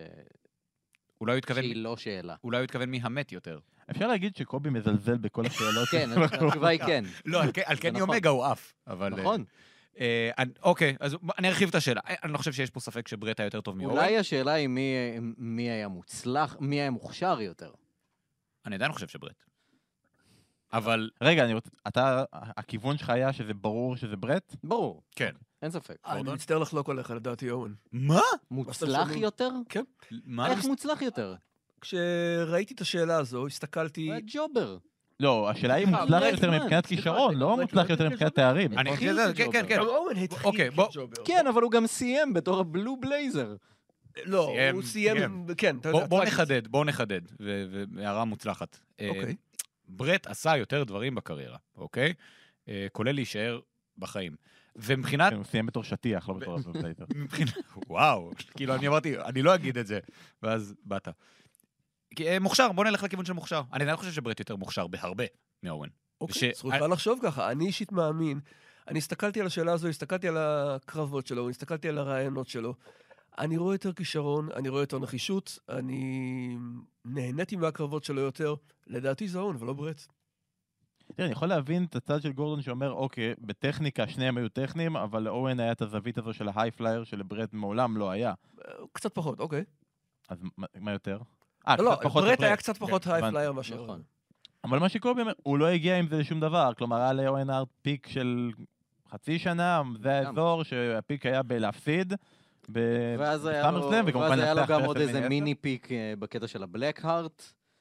אולי הוא התכוון... שהיא לא שאלה. אולי הוא התכוון מי המת יותר. אפשר להגיד שקובי מזלזל בכל השאלות. כן, התשובה היא כן. לא, על קני נכון. אומגה הוא אף, אבל... נכון. אוקיי, אז אני ארחיב את השאלה. אני לא חושב שיש פה ספק שברט היה יותר טוב מאורן. אולי השאלה היא מי היה מוצלח, מי היה מוכשר יותר. אני עדיין חושב שברט. אבל... רגע, הכיוון שלך היה שזה ברור שזה ברט? ברור. כן. אין ספק. אני מצטער לחלוק עליך, לדעתי אורן. מה? מוצלח יותר? כן. מה? איך מוצלח יותר? כשראיתי את השאלה הזו, הוא הסתכלתי... היה ג'ובר. לא, השאלה היא מוצלח יותר מבחינת כישרון, לא מוצלח יותר מבחינת תארים. אני חושב שזה... כן. גם אורן התחיל אוקיי, בוא. כג'ובר. כן, אבל הוא גם סיים בתור הבלו בלייזר. לא, הוא סיים... כן, אתה יודע. בוא נחדד, והערה מוצלחת. אוקיי. ברט עשה יותר דברים בקריירה, אוקיי? כולל להישאר בחיים. ומבחינת... הוא סיים בתור שטיח, לא בתור בלייזר. וואו, כאילו אני אמרתי, אני לא אגיד את זה, ואז באת. מוכשר, בוא נלך לכיוון של מוכשר. אני עדיין חושב שברט יותר מוכשר בהרבה מאורן. אוקיי, זכותך לחשוב ככה. אני אישית מאמין. אני הסתכלתי על השאלה הזו, הסתכלתי על הקרבות שלו, הסתכלתי על הרעיונות שלו. אני רואה יותר כישרון, אני רואה יותר נחישות, אני נהניתי מהקרבות שלו יותר. לדעתי זה אורן ולא ברט. תראה, אני יכול להבין את הצד של גורדון שאומר, אוקיי, בטכניקה שניהם היו טכניים, אבל לאורן היה את הזווית הזו של ההיי פלייר שלברט מעולם לא היה. קצת פחות, אוקיי. אז מה יותר? לא, ברט היה קצת פחות היי פלייר מאשר. נכון. אבל מה שקובי אומר, הוא לא הגיע עם זה לשום דבר. כלומר, היה לאורן הארט פיק של חצי שנה, זה האזור שהפיק היה בלהפסיד. ואז היה לו גם עוד איזה מיני פיק בקטע של הבלק הארט.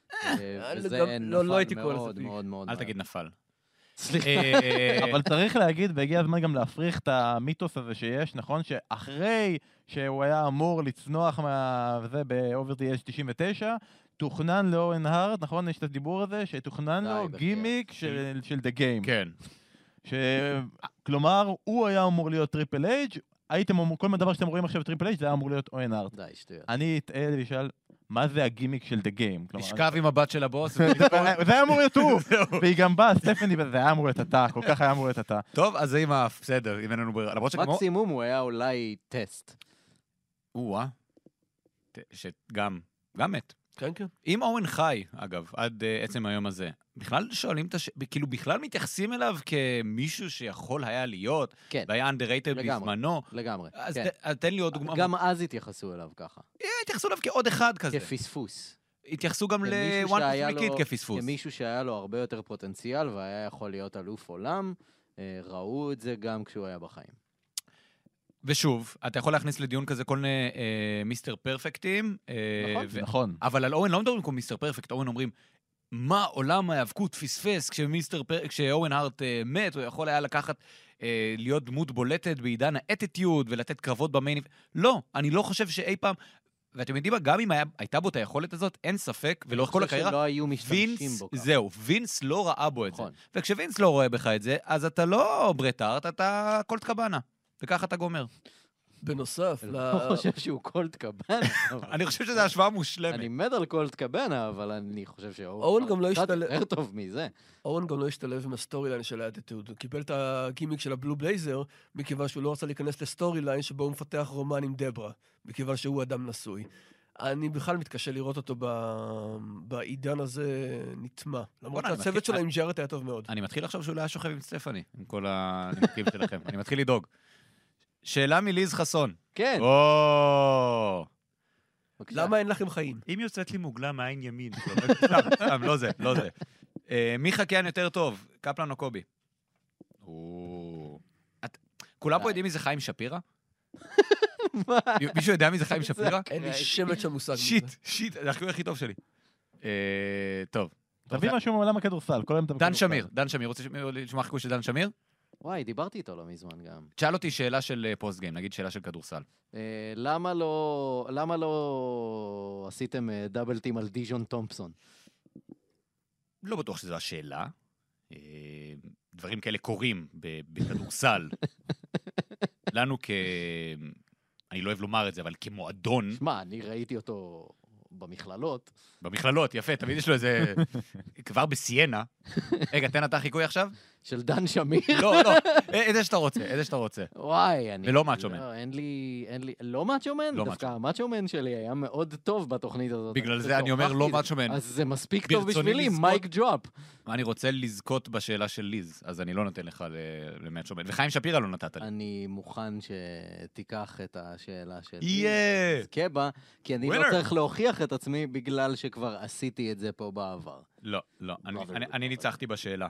וזה נפל מאוד מאוד מאוד. אל תגיד נפל. סליחה. אבל צריך להגיד, והגיע הזמן גם להפריך את המיתוס הזה שיש, נכון? שאחרי שהוא היה אמור לצנוח זה ב-Over the Edge 99, תוכנן לאורן הארט, נכון? יש את הדיבור הזה, שתוכנן לו גימיק של The Game. כן. כלומר, הוא היה אמור להיות טריפל אייג', כל דבר שאתם רואים עכשיו בטריפל אייג' זה היה אמור להיות אורן הארט. די, שטויות. אני אתאר ושאל, מה זה הגימיק של The Game? לשכב עם הבת של הבוס. זה היה אמור להיות הוא, והיא גם באה, סטפני, זה היה אמור להיות אתה, כל כך היה אמור להיות אתה. טוב, אז זה עם בסדר, אם אין לנו ברירה. מקסימום הוא היה אולי טסט. שגם מת. כן, כן. אם אורן חי, אגב, עד עצם היום הזה, בכלל שואלים כאילו בכלל מתייחסים אליו כמישהו שיכול היה להיות, כן. והיה underrated בזמנו. לגמרי, אז כן. תן לי עוד דוגמה. גם אז התייחסו אליו ככה. התייחסו אליו כעוד אחד כזה. כפספוס. התייחסו גם ל-One Piece כפספוס. כמישהו שהיה לו הרבה יותר פוטנציאל, והיה יכול להיות אלוף עולם, ראו את זה גם כשהוא היה בחיים. ושוב, אתה יכול להכניס לדיון כזה כל מיני מיסטר פרפקטים. נכון. אבל על אורן לא מדברים כמו מיסטר פרפקט, אורן אומרים, מה עולם ההיאבקות פספס כשאורן הארט מת, הוא יכול היה לקחת, להיות דמות בולטת בעידן האטיטיוד ולתת קרבות במיין. לא, אני לא חושב שאי פעם, ואתם יודעים מה, גם אם הייתה בו את היכולת הזאת, אין ספק, ולאורך כל הקריירה, שלא היו משתמשים בו ככה. זהו, וינס לא ראה בו את זה. וכשווינס לא רואה בך את זה, אז אתה לא ברט הארט, אתה קולט קבאנה. וככה אתה גומר. בנוסף, אני לא חושב שהוא קולט קבאנה. אני חושב שזו השוואה מושלמת. אני מת על קולט קבאנה, אבל אני חושב אורן גם לא השתלב. יותר טוב מזה. אורן גם לא השתלב עם הסטורי ליין של האטיטיוד. הוא קיבל את הגימיק של הבלו בלייזר, מכיוון שהוא לא רצה להיכנס לסטורי ליין שבו הוא מפתח רומן עם דברה, מכיוון שהוא אדם נשוי. אני בכלל מתקשה לראות אותו בעידן הזה נטמע. למרות שהצוות שלו עם ג'ארט היה טוב מאוד. אני מתחיל לחשוב שהוא לא היה שוכב עם סטפני, עם כל הנימוקים שלכם. אני מתחיל לדאוג. שאלה מליז חסון. כן. בבקשה. למה אין לכם חיים? אם יוצאת לי מוגלה מעין ימין. סתם, לא זה, לא זה. מי חקיין יותר טוב, קפלן או קובי? כולם פה יודעים מי זה חיים שפירא? מישהו יודע מי זה חיים שפירא? אין לי שמץ של מושג. שיט, זה החיקוי הכי טוב שלי. טוב. תביא משהו מעולם הכדורסל, כל היום אתה דן שמיר, רוצה לשמוע חיקוי של דן שמיר? וואי, דיברתי איתו לא מזמן גם. תשאל אותי שאלה של פוסט גיים, נגיד שאלה של כדורסל. למה לא עשיתם דאבל טים על דיז'ון תומפסון? לא בטוח שזו השאלה. דברים כאלה קורים בכדורסל. לנו אני לא אוהב לומר את זה, אבל כמועדון... שמע, אני ראיתי אותו במכללות. במכללות, יפה, תמיד יש לו איזה... כבר בסיינה. רגע, תן אתה חיקוי עכשיו? של דן שמיר? לא, איזה שאתה רוצה. וואי, אני... ולא מאצ'ומן. לא, אין לי... לא מאצ'ומן? לא דווקא המאצ'ומן שלי היה מאוד טוב בתוכנית הזאת. בגלל זה אני אומר לא מאצ'ומן. אז זה מספיק טוב ברצוני בשבילי, לזכות. מייק דרופ. אני רוצה לזכות בשאלה של ליז, אז אני לא נותן לך למאצ'ומן. וחיים שפירא לא נתת לי. אני מוכן שתיקח את השאלה של... יאה! בה, כי אני לא צריך להוכיח את עצמי בגלל שכבר עשיתי את זה פה בעבר. לא, אני ניצחתי בשאלה.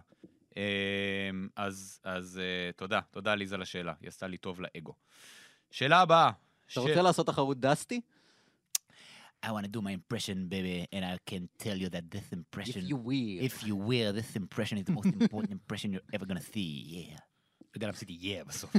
אז תודה ליז על השאלה, היא עשתה לי טוב לאגו. שאלה הבאה. אתה רוצה לעשות תחרות דסטי? I want to do my impression, baby, and I can tell you that this impression... If you will. this impression is the most important impression you're ever gonna see, yeah. וגם עשיתי yeah בסוף.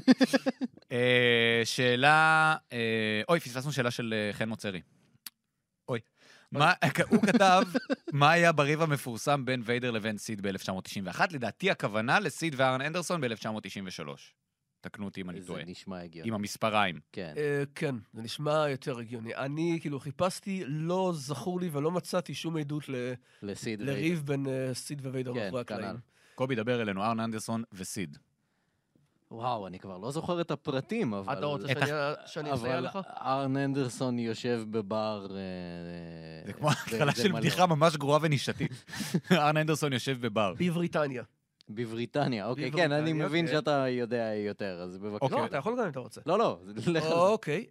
שאלה... אוי, פספסנו שאלה של חן מוצרי. אוי. הוא כתב, מה היה בריב המפורסם בין ויידר לבין סיד ב-1991? לדעתי הכוונה לסיד וארן אנדרסון ב-1993. תקנו אותי אם אני טועה. זה נשמע הגיוני. עם המספריים. כן. כן, זה נשמע יותר הגיוני. אני כאילו חיפשתי, לא זכור לי ולא מצאתי שום עדות לריב בין סיד וויידר מאחורי הקלעים. קובי, דבר אלינו, ארן אנדרסון וסיד. וואו, אני כבר לא זוכר את הפרטים, אבל... אתה רוצה שאני אסייע לך? ארן אנדרסון יושב בבר... זה כמו התחלה של בדיחה ממש גרועה ונישתית. ארן אנדרסון יושב בבר. בבריטניה. בבריטניה, אוקיי, כן, אני מבין שאתה יודע יותר, אז בבקשה. לא, אתה יכול גם אם אתה רוצה. לא, לך על זה. אוקיי,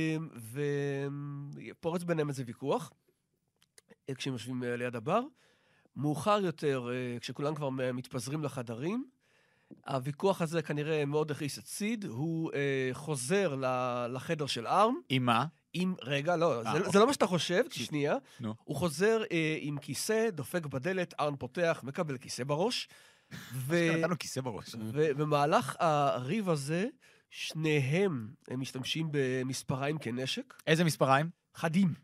ופורץ ביניהם איזה ויכוח, כשהם יושבים ליד הבר. מאוחר יותר, כשכולם כבר מתפזרים לחדרים, הוויכוח הזה כנראה מאוד הכעיס את סיד, הוא חוזר לחדר של ארן. עם מה? רגע, לא, זה לא מה שאתה חושב, שנייה. הוא חוזר עם כיסא, דופק בדלת, ארן פותח, מקבל כיסא בראש. נתנו כיסא בראש. ובמהלך הריב הזה, שניהם משתמשים במספריים כנשק. איזה מספריים? חדים.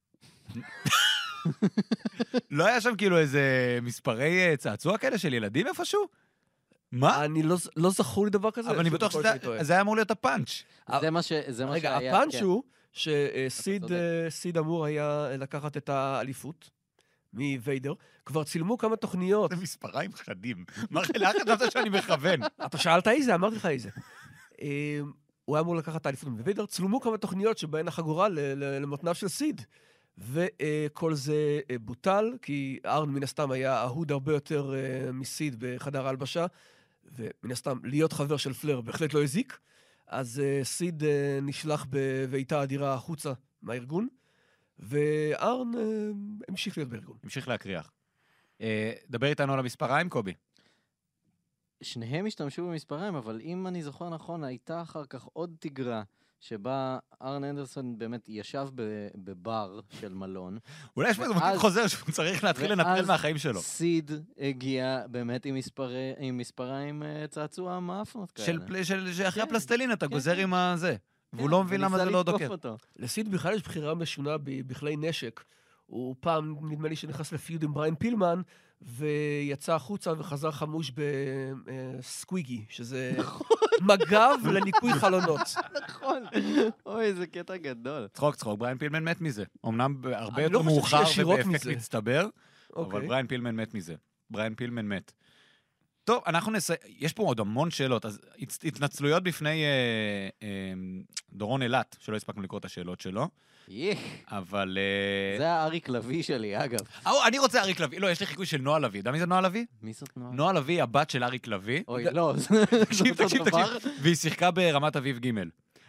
לא היה שם כאילו איזה מספרי צעצוע כאלה של ילדים איפשהו? מה? אני לא זכור לי דבר כזה. אבל אני בטוח שזה היה אמור להיות הפאנץ'. זה מה שהיה... רגע, הפאנץ' הוא שסיד אמור היה לקחת את האליפות מוויידר. כבר צילמו כמה תוכניות. זה מספריים חדים. מה לאחד חשבת שאני מכוון? אתה שאלת איזה? אמרתי לך איזה. הוא היה אמור לקחת את האליפות מוויידר. צילמו כמה תוכניות שבהן החגורה למותניו של סיד. וכל זה בוטל, כי ארן מן הסתם היה אהוד הרבה יותר מסיד בחדר ההלבשה, ומן הסתם להיות חבר של פלר בהחלט לא הזיק, אז סיד נשלח בביתה אדירה החוצה מהארגון, וארן המשיך להיות בארגון. המשיך להקריח. דבר איתנו על המספריים, קובי. שניהם השתמשו במספריים, אבל אם אני זוכר נכון, הייתה אחר כך עוד תגרה, שבה ארן אנדרסון באמת ישב בבר של מלון. אולי יש פה איזה מוטיב חוזר שהוא צריך להתחיל לנטרל מהחיים שלו. ואז סיד הגיע באמת עם מספריים צעצוע מאפנות כאלה. שאחרי הפלסטלין אתה גוזר עם הזה. והוא לא מבין למה זה לא דוקר. לסיד בכלל יש בחירה משונה בכלי נשק. הוא פעם, נדמה לי שנכנס לפיוד עם בריין פילמן, ויצא החוצה וחזר חמוש בסקוויגי, שזה מגב לניקוי חלונות. נכון. אוי, זה קטע גדול. צחוק, בריין פילמן מת מזה. אמנם הרבה יותר מאוחר ובאפקט מצטבר, אבל בריין פילמן מת מזה. בריין פילמן מת. טוב, יש פה עוד המון שאלות, אז התנצלויות בפני דורון אלת, שלא הספקנו לקרוא את השאלות שלו. אבל... זה האריק לוי שלי, אגב. אני רוצה אריק לוי. לא, יש לי חיקוי של נועה לוי. יודע מי זה נועה לוי? מי זאת נועה? נועה לוי, הבת של אריק לוי. אוי, לא. תקשיב. והיא שיחקה ברמת אביב ג'.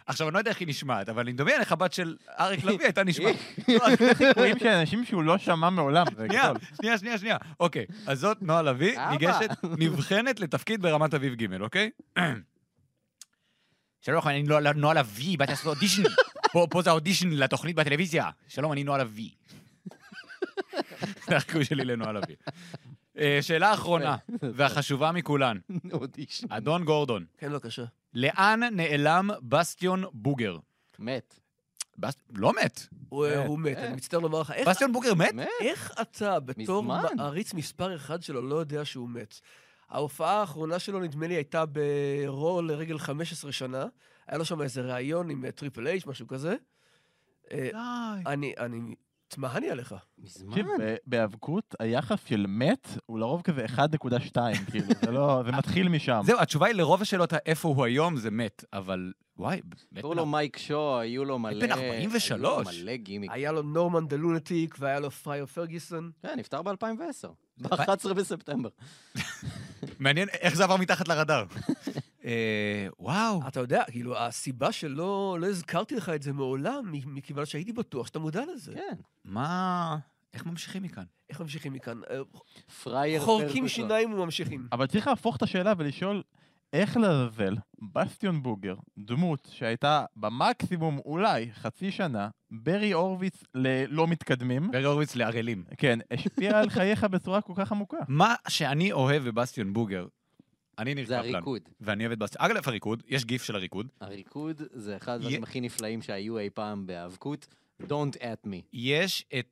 עכשיו, אני לא יודע איך היא נשמעת, אבל אני מדמיין איך הבת של אריק לביא הייתה נשמעת. רואים שאנשים שהוא לא שמע מעולם, זה גדול. שנייה. אוקיי, אז זאת נועה לביא, אבא. ניגשת, נבחנת לתפקיד ברמת אביב ג', אוקיי? שלום, אני נועה לביא, באתי לעשות אודישן. פה זה האודישן לתוכנית בטלוויזיה. שלום, אני נועה לביא. זה החיקוי שלי לנועה לביא. שאלה אחרונה, והחשובה מכולן. אודישן. אדון גורדון, כן, בבקשה. לאן נעלם בסטיון בוגר? מת. לא מת. הוא מת, אני מצטער לומר לך. בסטיון בוגר מת? איך אתה, בתור מזמן. מעריץ מספר אחד שלו, לא יודע שהוא מת? ההופעה האחרונה שלו, נדמה לי, הייתה ברו לרגל 15 שנה. היה לו שם איזה ראיון עם טריפל אייץ', משהו כזה. אני תמהני עליך. מזמן. תקשיב, בהיאבקות היחס של מת הוא לרוב כזה 1.2, כאילו, זה מתחיל משם. זהו, התשובה היא לרוב השאלות איפה הוא היום זה מת, אבל וואי, מת קראו לו מייק שו, היו לו מלא... בן 43. היו לו מלא גימיק. היה לו נורמן דה לונטיק, והיה לו פרייר פרגיסון. כן, נפטר ב-2010. ב-11 בספטמבר. מעניין איך זה עבר מתחת לרדאר. וואו. אתה יודע, כאילו, הסיבה שלא הזכרתי לך את זה מעולם, מכיוון שהייתי בטוח שאתה מודע לזה. כן. מה... איך ממשיכים מכאן? איך ממשיכים מכאן? פרייר חורקים שיניים וממשיכים. אבל צריך להפוך את השאלה ולשאול, איך לעזאזל בסטיון בוגר, דמות שהייתה במקסימום אולי חצי שנה, ברי הורוביץ ללא מתקדמים, ברי הורוביץ לערלים. כן, השפיע על חייך בצורה כל כך עמוקה. מה שאני אוהב בבסטיון בוגר, אני ניר זה קפלן. הריקוד. ואני אוהב את בסטיון. אגב, הריקוד, יש גיף של הריקוד. הריקוד זה אחד הדברים הכי נפלאים שהיו אי פעם בהיאבקות. Don't at me. יש את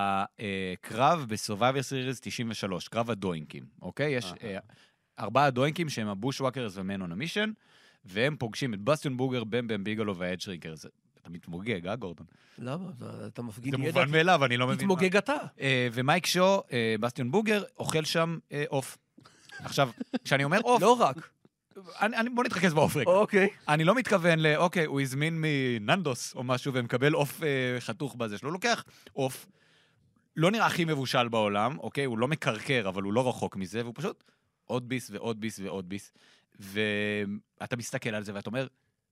הקרב בסורווייבר סיריס 93, קרב הדוינקים, אוקיי? יש 4 דוינקים שהם הבושוואקרס ומן און המישן, והם פוגשים את בסטיון בוגר, במבם ביגלו והאד שרינקר. אתה מתמוגג, גורדון? למה? אתה מפגין זה ידע. מובן מאליו, אני לא מבין. תתמוגג אתה. ומייק שו, בסטיון בוגר, אוכל שם עוף. עכשיו, כשאני אומר עוף, לא רק. בוא נתרכז בעוף רגע. אוקיי. אני לא מתכוון אוקיי, הוא הזמין מננדוס או משהו ומקבל עוף חתוך בזה שלו. הוא לוקח עוף, לא נראה הכי מבושל בעולם, אוקיי? הוא לא מקרקר, אבל הוא לא רחוק מזה, והוא פשוט עוד ביס ועוד ביס ועוד ביס. ואתה מסתכל על זה ואתה אומר,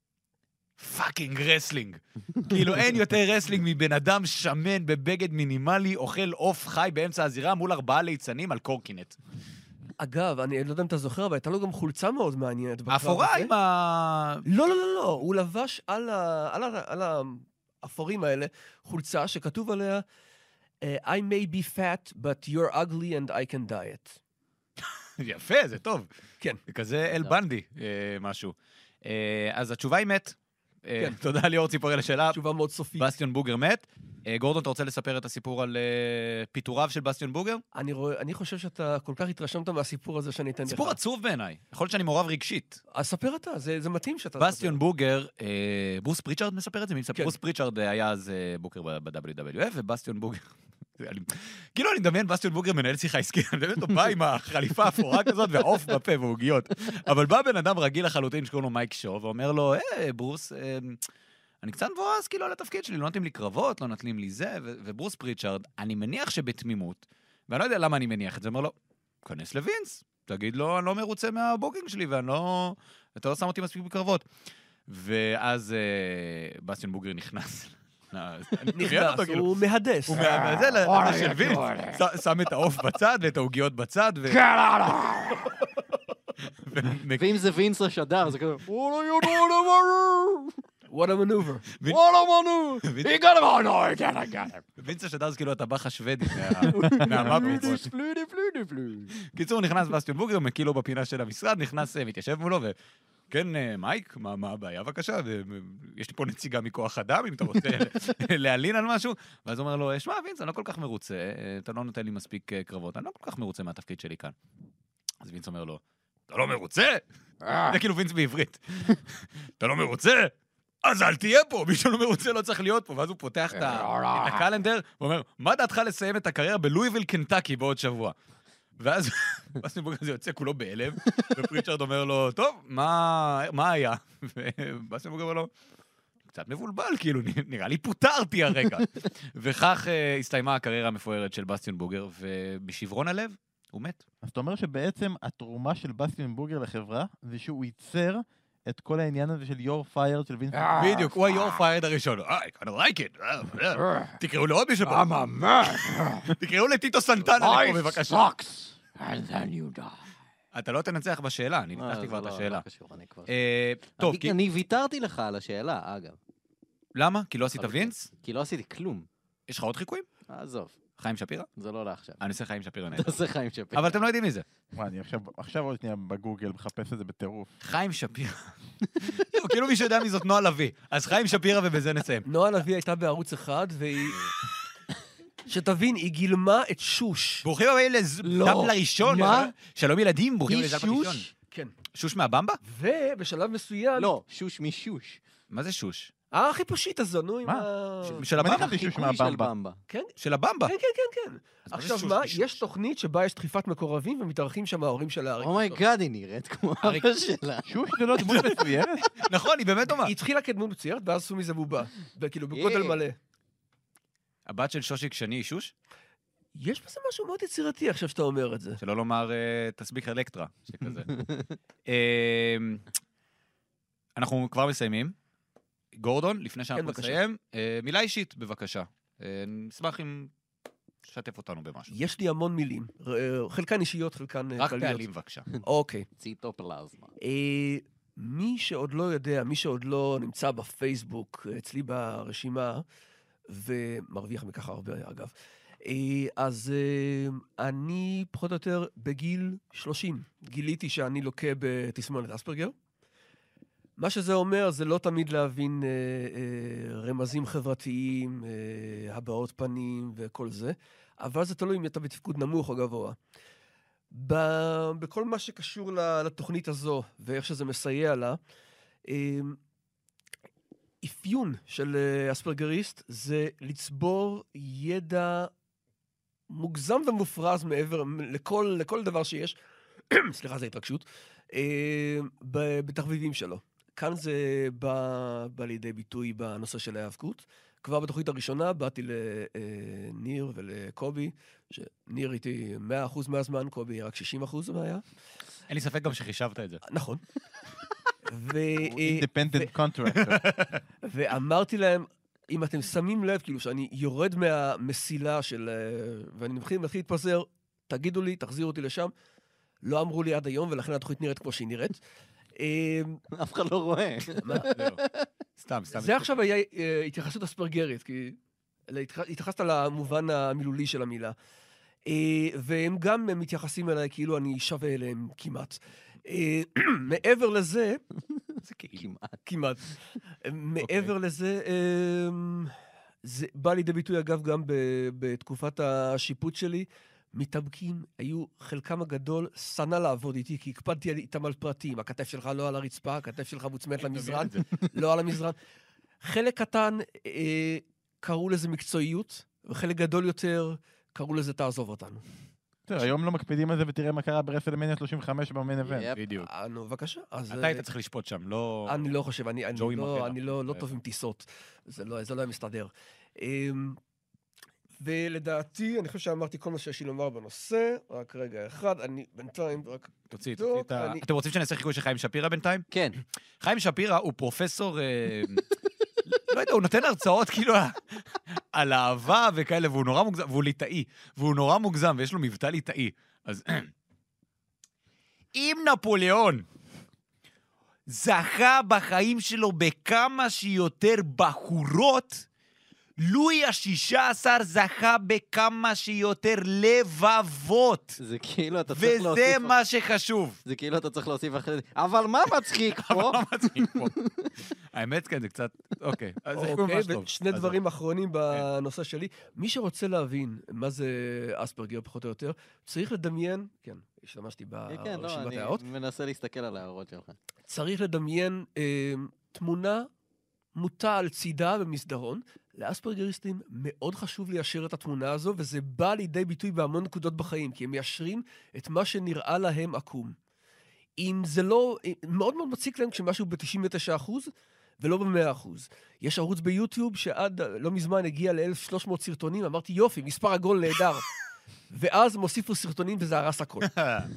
פאקינג רסלינג. כאילו אין יותר רסלינג מבן אדם שמן בבגד מינימלי, אוכל עוף חי באמצע הזירה מול 4 ליצנים על קורקינט. אגב, אני לא יודע אם אתה זוכר, אבל הייתה לו גם חולצה מאוד מעניינת. האפורה עם ה... לא, הוא לבש על האפורים האלה חולצה שכתוב עליה I may be fat, but you're ugly and I can diet. יפה, זה טוב. כן. זה כזה אל בנדי, משהו. אז התשובה היא מת. כן. תודה ליאור ציפורי לשאלה. תשובה מאוד סופית. בסטיון בוגר מת. גורדון, אתה רוצה לספר את הסיפור על פיטוריו של בסטיון בוגר? אני חושב שאתה כל כך התרשמת מהסיפור הזה שאני אתן לך. סיפור עצוב בעיניי. יכול להיות שאני מעורב רגשית. אז ספר אתה, זה מתאים שאתה... בסטיון בוגר, ברוס פריצ'ארד מספר את זה? כן. ברוס פריצ'ארד היה אז בוקר ב-WWF, ובסטיון בוגר... כאילו אני מדמיין בסטיון בוגר מנהל שיחה עסקית, אני מדמיין אותו בא עם החליפה האפורה כזאת והעוף בפה ועוגיות. אבל בא בן אדם רגיל לחלוטין שקוראים לו מייק שו, ואומר לו, ברוס, אני קצת מבואס כאילו על התפקיד שלי, לא נותנים לי קרבות, לא נותנים לי זה, וברוס פריצ'ארד, אני מניח שבתמימות, ואני לא יודע למה אני מניח את זה, אומר לו, כנס לווינס, תגיד לו, אני לא מרוצה מהבוקינג שלי, אתה לא שם אותי מספיק בקרבות. ואז בסטיון בוגר נכנס. נכנס, הוא מהדס. הוא מהדס של וינס, שם את העוף בצד ואת העוגיות בצד. ואם זה וינס השדר, זה כזה... What a maneuver. וינס השדר זה כאילו הטבח השוודי מהמאפים. קיצור, נכנס בסטיון בוגר, מקילו בפינה של המשרד, נכנס, מתיישב מולו, וכן, מייק, מה הבעיה בבקשה? יש לי פה נציגה מכוח אדם, אם אתה רוצה להלין על משהו. ואז הוא אומר לו, שמע, וינס, אני לא כל כך מרוצה, אתה לא נותן לי מספיק קרבות, אני לא כל כך מרוצה מהתפקיד שלי כאן. אז וינס אומר לו, אתה לא מרוצה? זה כאילו וינס בעברית. אתה לא מרוצה? אז אל תהיה פה, מי שלא מרוצה לא צריך להיות פה. ואז הוא פותח את הקלנדר, ואומר, מה דעתך לסיים את הקריירה בלואיביל, קנטקי בעוד שבוע? ואז בסטיון בוגר הזה יוצא כולו בהלם, ופריצ'ארד אומר לו, טוב, מה היה? ובסטיון בוגר אומר לו, קצת מבולבל, כאילו, נראה לי פוטרתי הרגע. וכך הסתיימה הקריירה המפוארת של בסטיון בוגר, ובשברון הלב, הוא מת. אז אתה אומר שבעצם התרומה של בסטיון בוגר לחברה, זה שהוא ייצר את כל העניין הזה של your fired של וינסט. בדיוק, הוא ה-your fired הראשון. I kind of like it. תקראו לעוד מישהו. תקראו לטיטו סנטנה לפה בבקשה. And then you die. אתה לא תנצח בשאלה, אני ניתחתי כבר את השאלה. טוב, אני ויתרתי לך על השאלה, אגב. למה? כי לא עשית וינס? כי לא עשיתי כלום. יש לך עוד חיקויים? עזוב, חיים שפירא? זה לא לעכשיו. אני עושה חיים שפירא נהדר. תעשה חיים שפירא. אבל אתם לא יודעים מי זה. אני עכשיו עוד שנייה בגוגל מחפש את זה בטירוף. חיים שפירא. כאילו מישהו יודע מי זאת נועה לביא. אז חיים שפירא ובזה נסיים. נועה לביא הייתה בערוץ אחד, והיא... שתבין, היא גילמה את שוש. ברוכים הבאים לזאפ לראשון. מה? שלום ילדים, ברוכים היא לזאפ הראשון. שוש? כן. שוש מהבמבה? ובשלב מסוים... לא, שוש משוש. מה זה שוש? החיפושית הזו, נו, עם מה? ה... של הבמבה? חשבתי שוש חיקוי של מהבמבה. במבה. כן, של הבמבה. כן, כן, כן. אז מה זה עכשיו שוש מה, משוש? יש תוכנית שבה יש דחיפת מקורבים ומתארחים שם ההורים של הארי. אומייגאד, היא נראית כמו אבא שלה. שוש זה לא דמות מצוירת? נכון, היא באמת דומה. היא התחילה כדמות מצוירת, ואז עשו מזה בובה. וכאילו, בגודל מלא. הבת של שושיק שני היא שוש? יש בזה משהו מאוד יצירתי עכשיו שאתה אומר את זה. שלא לומר תסביך אלקטרה, שכזה. אנחנו כבר מסיימים. גורדון, לפני שאנחנו בבקשה. נסיים, מילה אישית, בבקשה. נשמח אם תשתף אותנו במשהו. יש לי המון מילים. חלקן אישיות, חלקן רק כלליות. פעלים, בבקשה. אוקיי. ציטופלזמה. מי שעוד לא יודע, מי שעוד לא נמצא בפייסבוק, אצלי ברשימה, ומרוויח מכך הרבה, אגב, אז אני פחות או יותר בגיל 30. גיליתי שאני לוקה בתסמונת אספרגר. מה שזה אומר, זה לא תמיד להבין רמזים חברתיים, הבעות פנים וכל זה, אבל זה תלוי אם אתה בתפקוד נמוך או גבוה. בכל מה שקשור לתוכנית הזו, ואיך שזה מסייע לה, אפיון של אספרגריסט זה לצבור ידע מוגזם ומופרז מעבר לכל דבר שיש, סליחה, זו התרגשות, בתחביבים שלו. כאן זה בא לידי ביטוי בנושא של ההיאבקות. כבר בתוכנית הראשונה באתי לניר ולקובי, שניר איתי 100% מהזמן, קובי רק 60% מההיה. אין לי ספק גם שחישבת את זה. נכון. Independent contractor. ואמרתי להם, אם אתם שמים לב, כאילו שאני יורד מהמסילה של... ואני מתחיל להתפזר, תגידו לי, תחזירו אותי לשם. לא אמרו לי עד היום, ולכן התוכנית נראית כמו שהיא נראית. אף אחד לא רואה. סתם. זה עכשיו היה התייחסות אספרגרית, כי התייחסת למובן המילולי של המילה. והם גם מתייחסים אליי כאילו אני שווה אליהם כמעט. מעבר לזה... זה כמעט. כמעט. מעבר לזה, זה בא לידי ביטוי, אגב, גם בתקופת השיפוט שלי. מתאבקים, היו חלקם הגדול סנה לעבוד איתי, כי הקפדתי איתם על פרטים. הכתף שלך לא על הרצפה, הכתף שלך מוצמדת למזרן, לא על המזרן. חלק קטן קראו לזה מקצועיות, וחלק גדול יותר קראו לזה תעזוב אותנו. היום לא מקפידים על זה, ותראה מה קרה ברסלמניה 35 במיין איבנט. בדיוק. נו, בבקשה. אתה היית צריך לשפוט שם, לא... אני לא חושב, אני מראה. לא טוב עם טיסות. זה לא היה מסתדר. ולדעתי, אני חושב שאמרתי כל מה שיש לי לומר בנושא, רק רגע אחד, אני בינתיים רק... תוציא את ה... אתם רוצים שאני אעשה חיקוי של חיים שפירא בינתיים? כן. חיים שפירא הוא פרופסור, לא יודע, הוא נותן הרצאות כאילו על אהבה וכאלה, והוא נורא מוגזם, והוא ליטאי, והוא נורא מוגזם, ויש לו מבטא ליטאי. אז אם נפוליאון זכה בחיים שלו בכמה שיותר בחורות, לואי ה-16 זכה בכמה שיותר לבבות. זה כאילו אתה צריך להוסיף... וזה מה שחשוב. זה כאילו אתה צריך להוסיף אחרי זה. אבל מה מצחיק פה? אבל מה מצחיק פה? האמת כן, זה קצת... אוקיי. אוקיי, ושני דברים אחרונים בנושא שלי. מי שרוצה להבין מה זה אספרגר פחות או יותר, צריך לדמיין... כן, השתמשתי ברשימת הערות. אני מנסה להסתכל על ההערות שלך. צריך לדמיין תמונה מוטה על צידה במסדרון. לאספרגריסטים מאוד חשוב ליישר את התמונה הזו, וזה בא לידי ביטוי בהמון נקודות בחיים, כי הם מיישרים את מה שנראה להם עקום. אם זה לא... מאוד מאוד מציק להם כשמשהו ב-99% ולא ב-100%. יש ערוץ ביוטיוב שעד לא מזמן הגיע ל-1,300 סרטונים, אמרתי יופי, מספר עגול נהדר. ואז הם הוסיפו סרטונים וזה הרס הכל.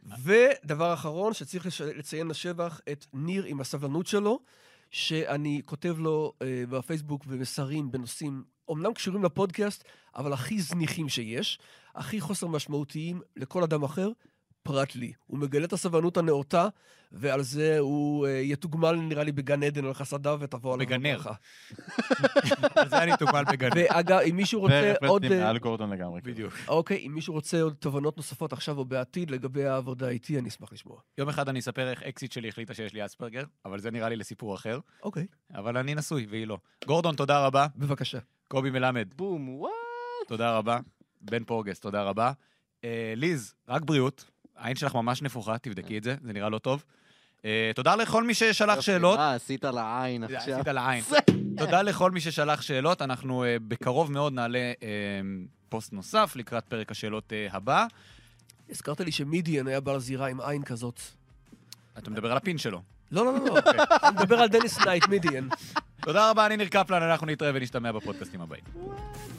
ודבר אחרון, שצריך לציין לשבח את ניר עם הסבלנות שלו, שאני כותב לו בפייסבוק ומסרים בנושאים, אומנם קשורים לפודקאסט, אבל הכי זניחים שיש, הכי חוסר משמעותיים לכל אדם אחר, פרט לי. הוא מגלה את הסבלנות הנאותה, ועל זה הוא יתוגמל נראה לי בגן עדן על חסדיו ותבוא עליו. בגנר. על זה אני תוגמל בגנר. ואגב, אם מישהו רוצה עוד... מעל גורדון לגמרי. בדיוק. אוקיי, אם מישהו רוצה עוד תובנות נוספות עכשיו או בעתיד לגבי העבודה איתי, אני אשמח לשמוע. יום אחד אני אספר איך אקסיט שלי החליטה שיש לי אספרגר, אבל זה נראה לי לסיפור אחר. אוקיי. אבל אני נשוי, והיא לא. גורדון, תודה רבה. בבקשה. קובי מלמד, בום, וואט. תודה רבה. בן פורגס, תודה רבה. ליז, רק בריאות. העין שלך ממש נפוחה, תבדקי את זה, זה נראה לא טוב. תודה לכל מי ששלח שאלות. עשית לעין עכשיו. עשית לעין. תודה לכל מי ששלח שאלות. אנחנו בקרוב מאוד נעלה פוסט נוסף לקראת פרק השאלות הבא. הזכרת לי שמידיאן היה בעל זירה עם עין כזאת. אתה מדבר על הפין שלו. לא. אני מדבר על דניס נייט, מידיאן. תודה רבה, אני ניר קפלן, אנחנו נתראה ונשתמע בפודקאסטים הבאים.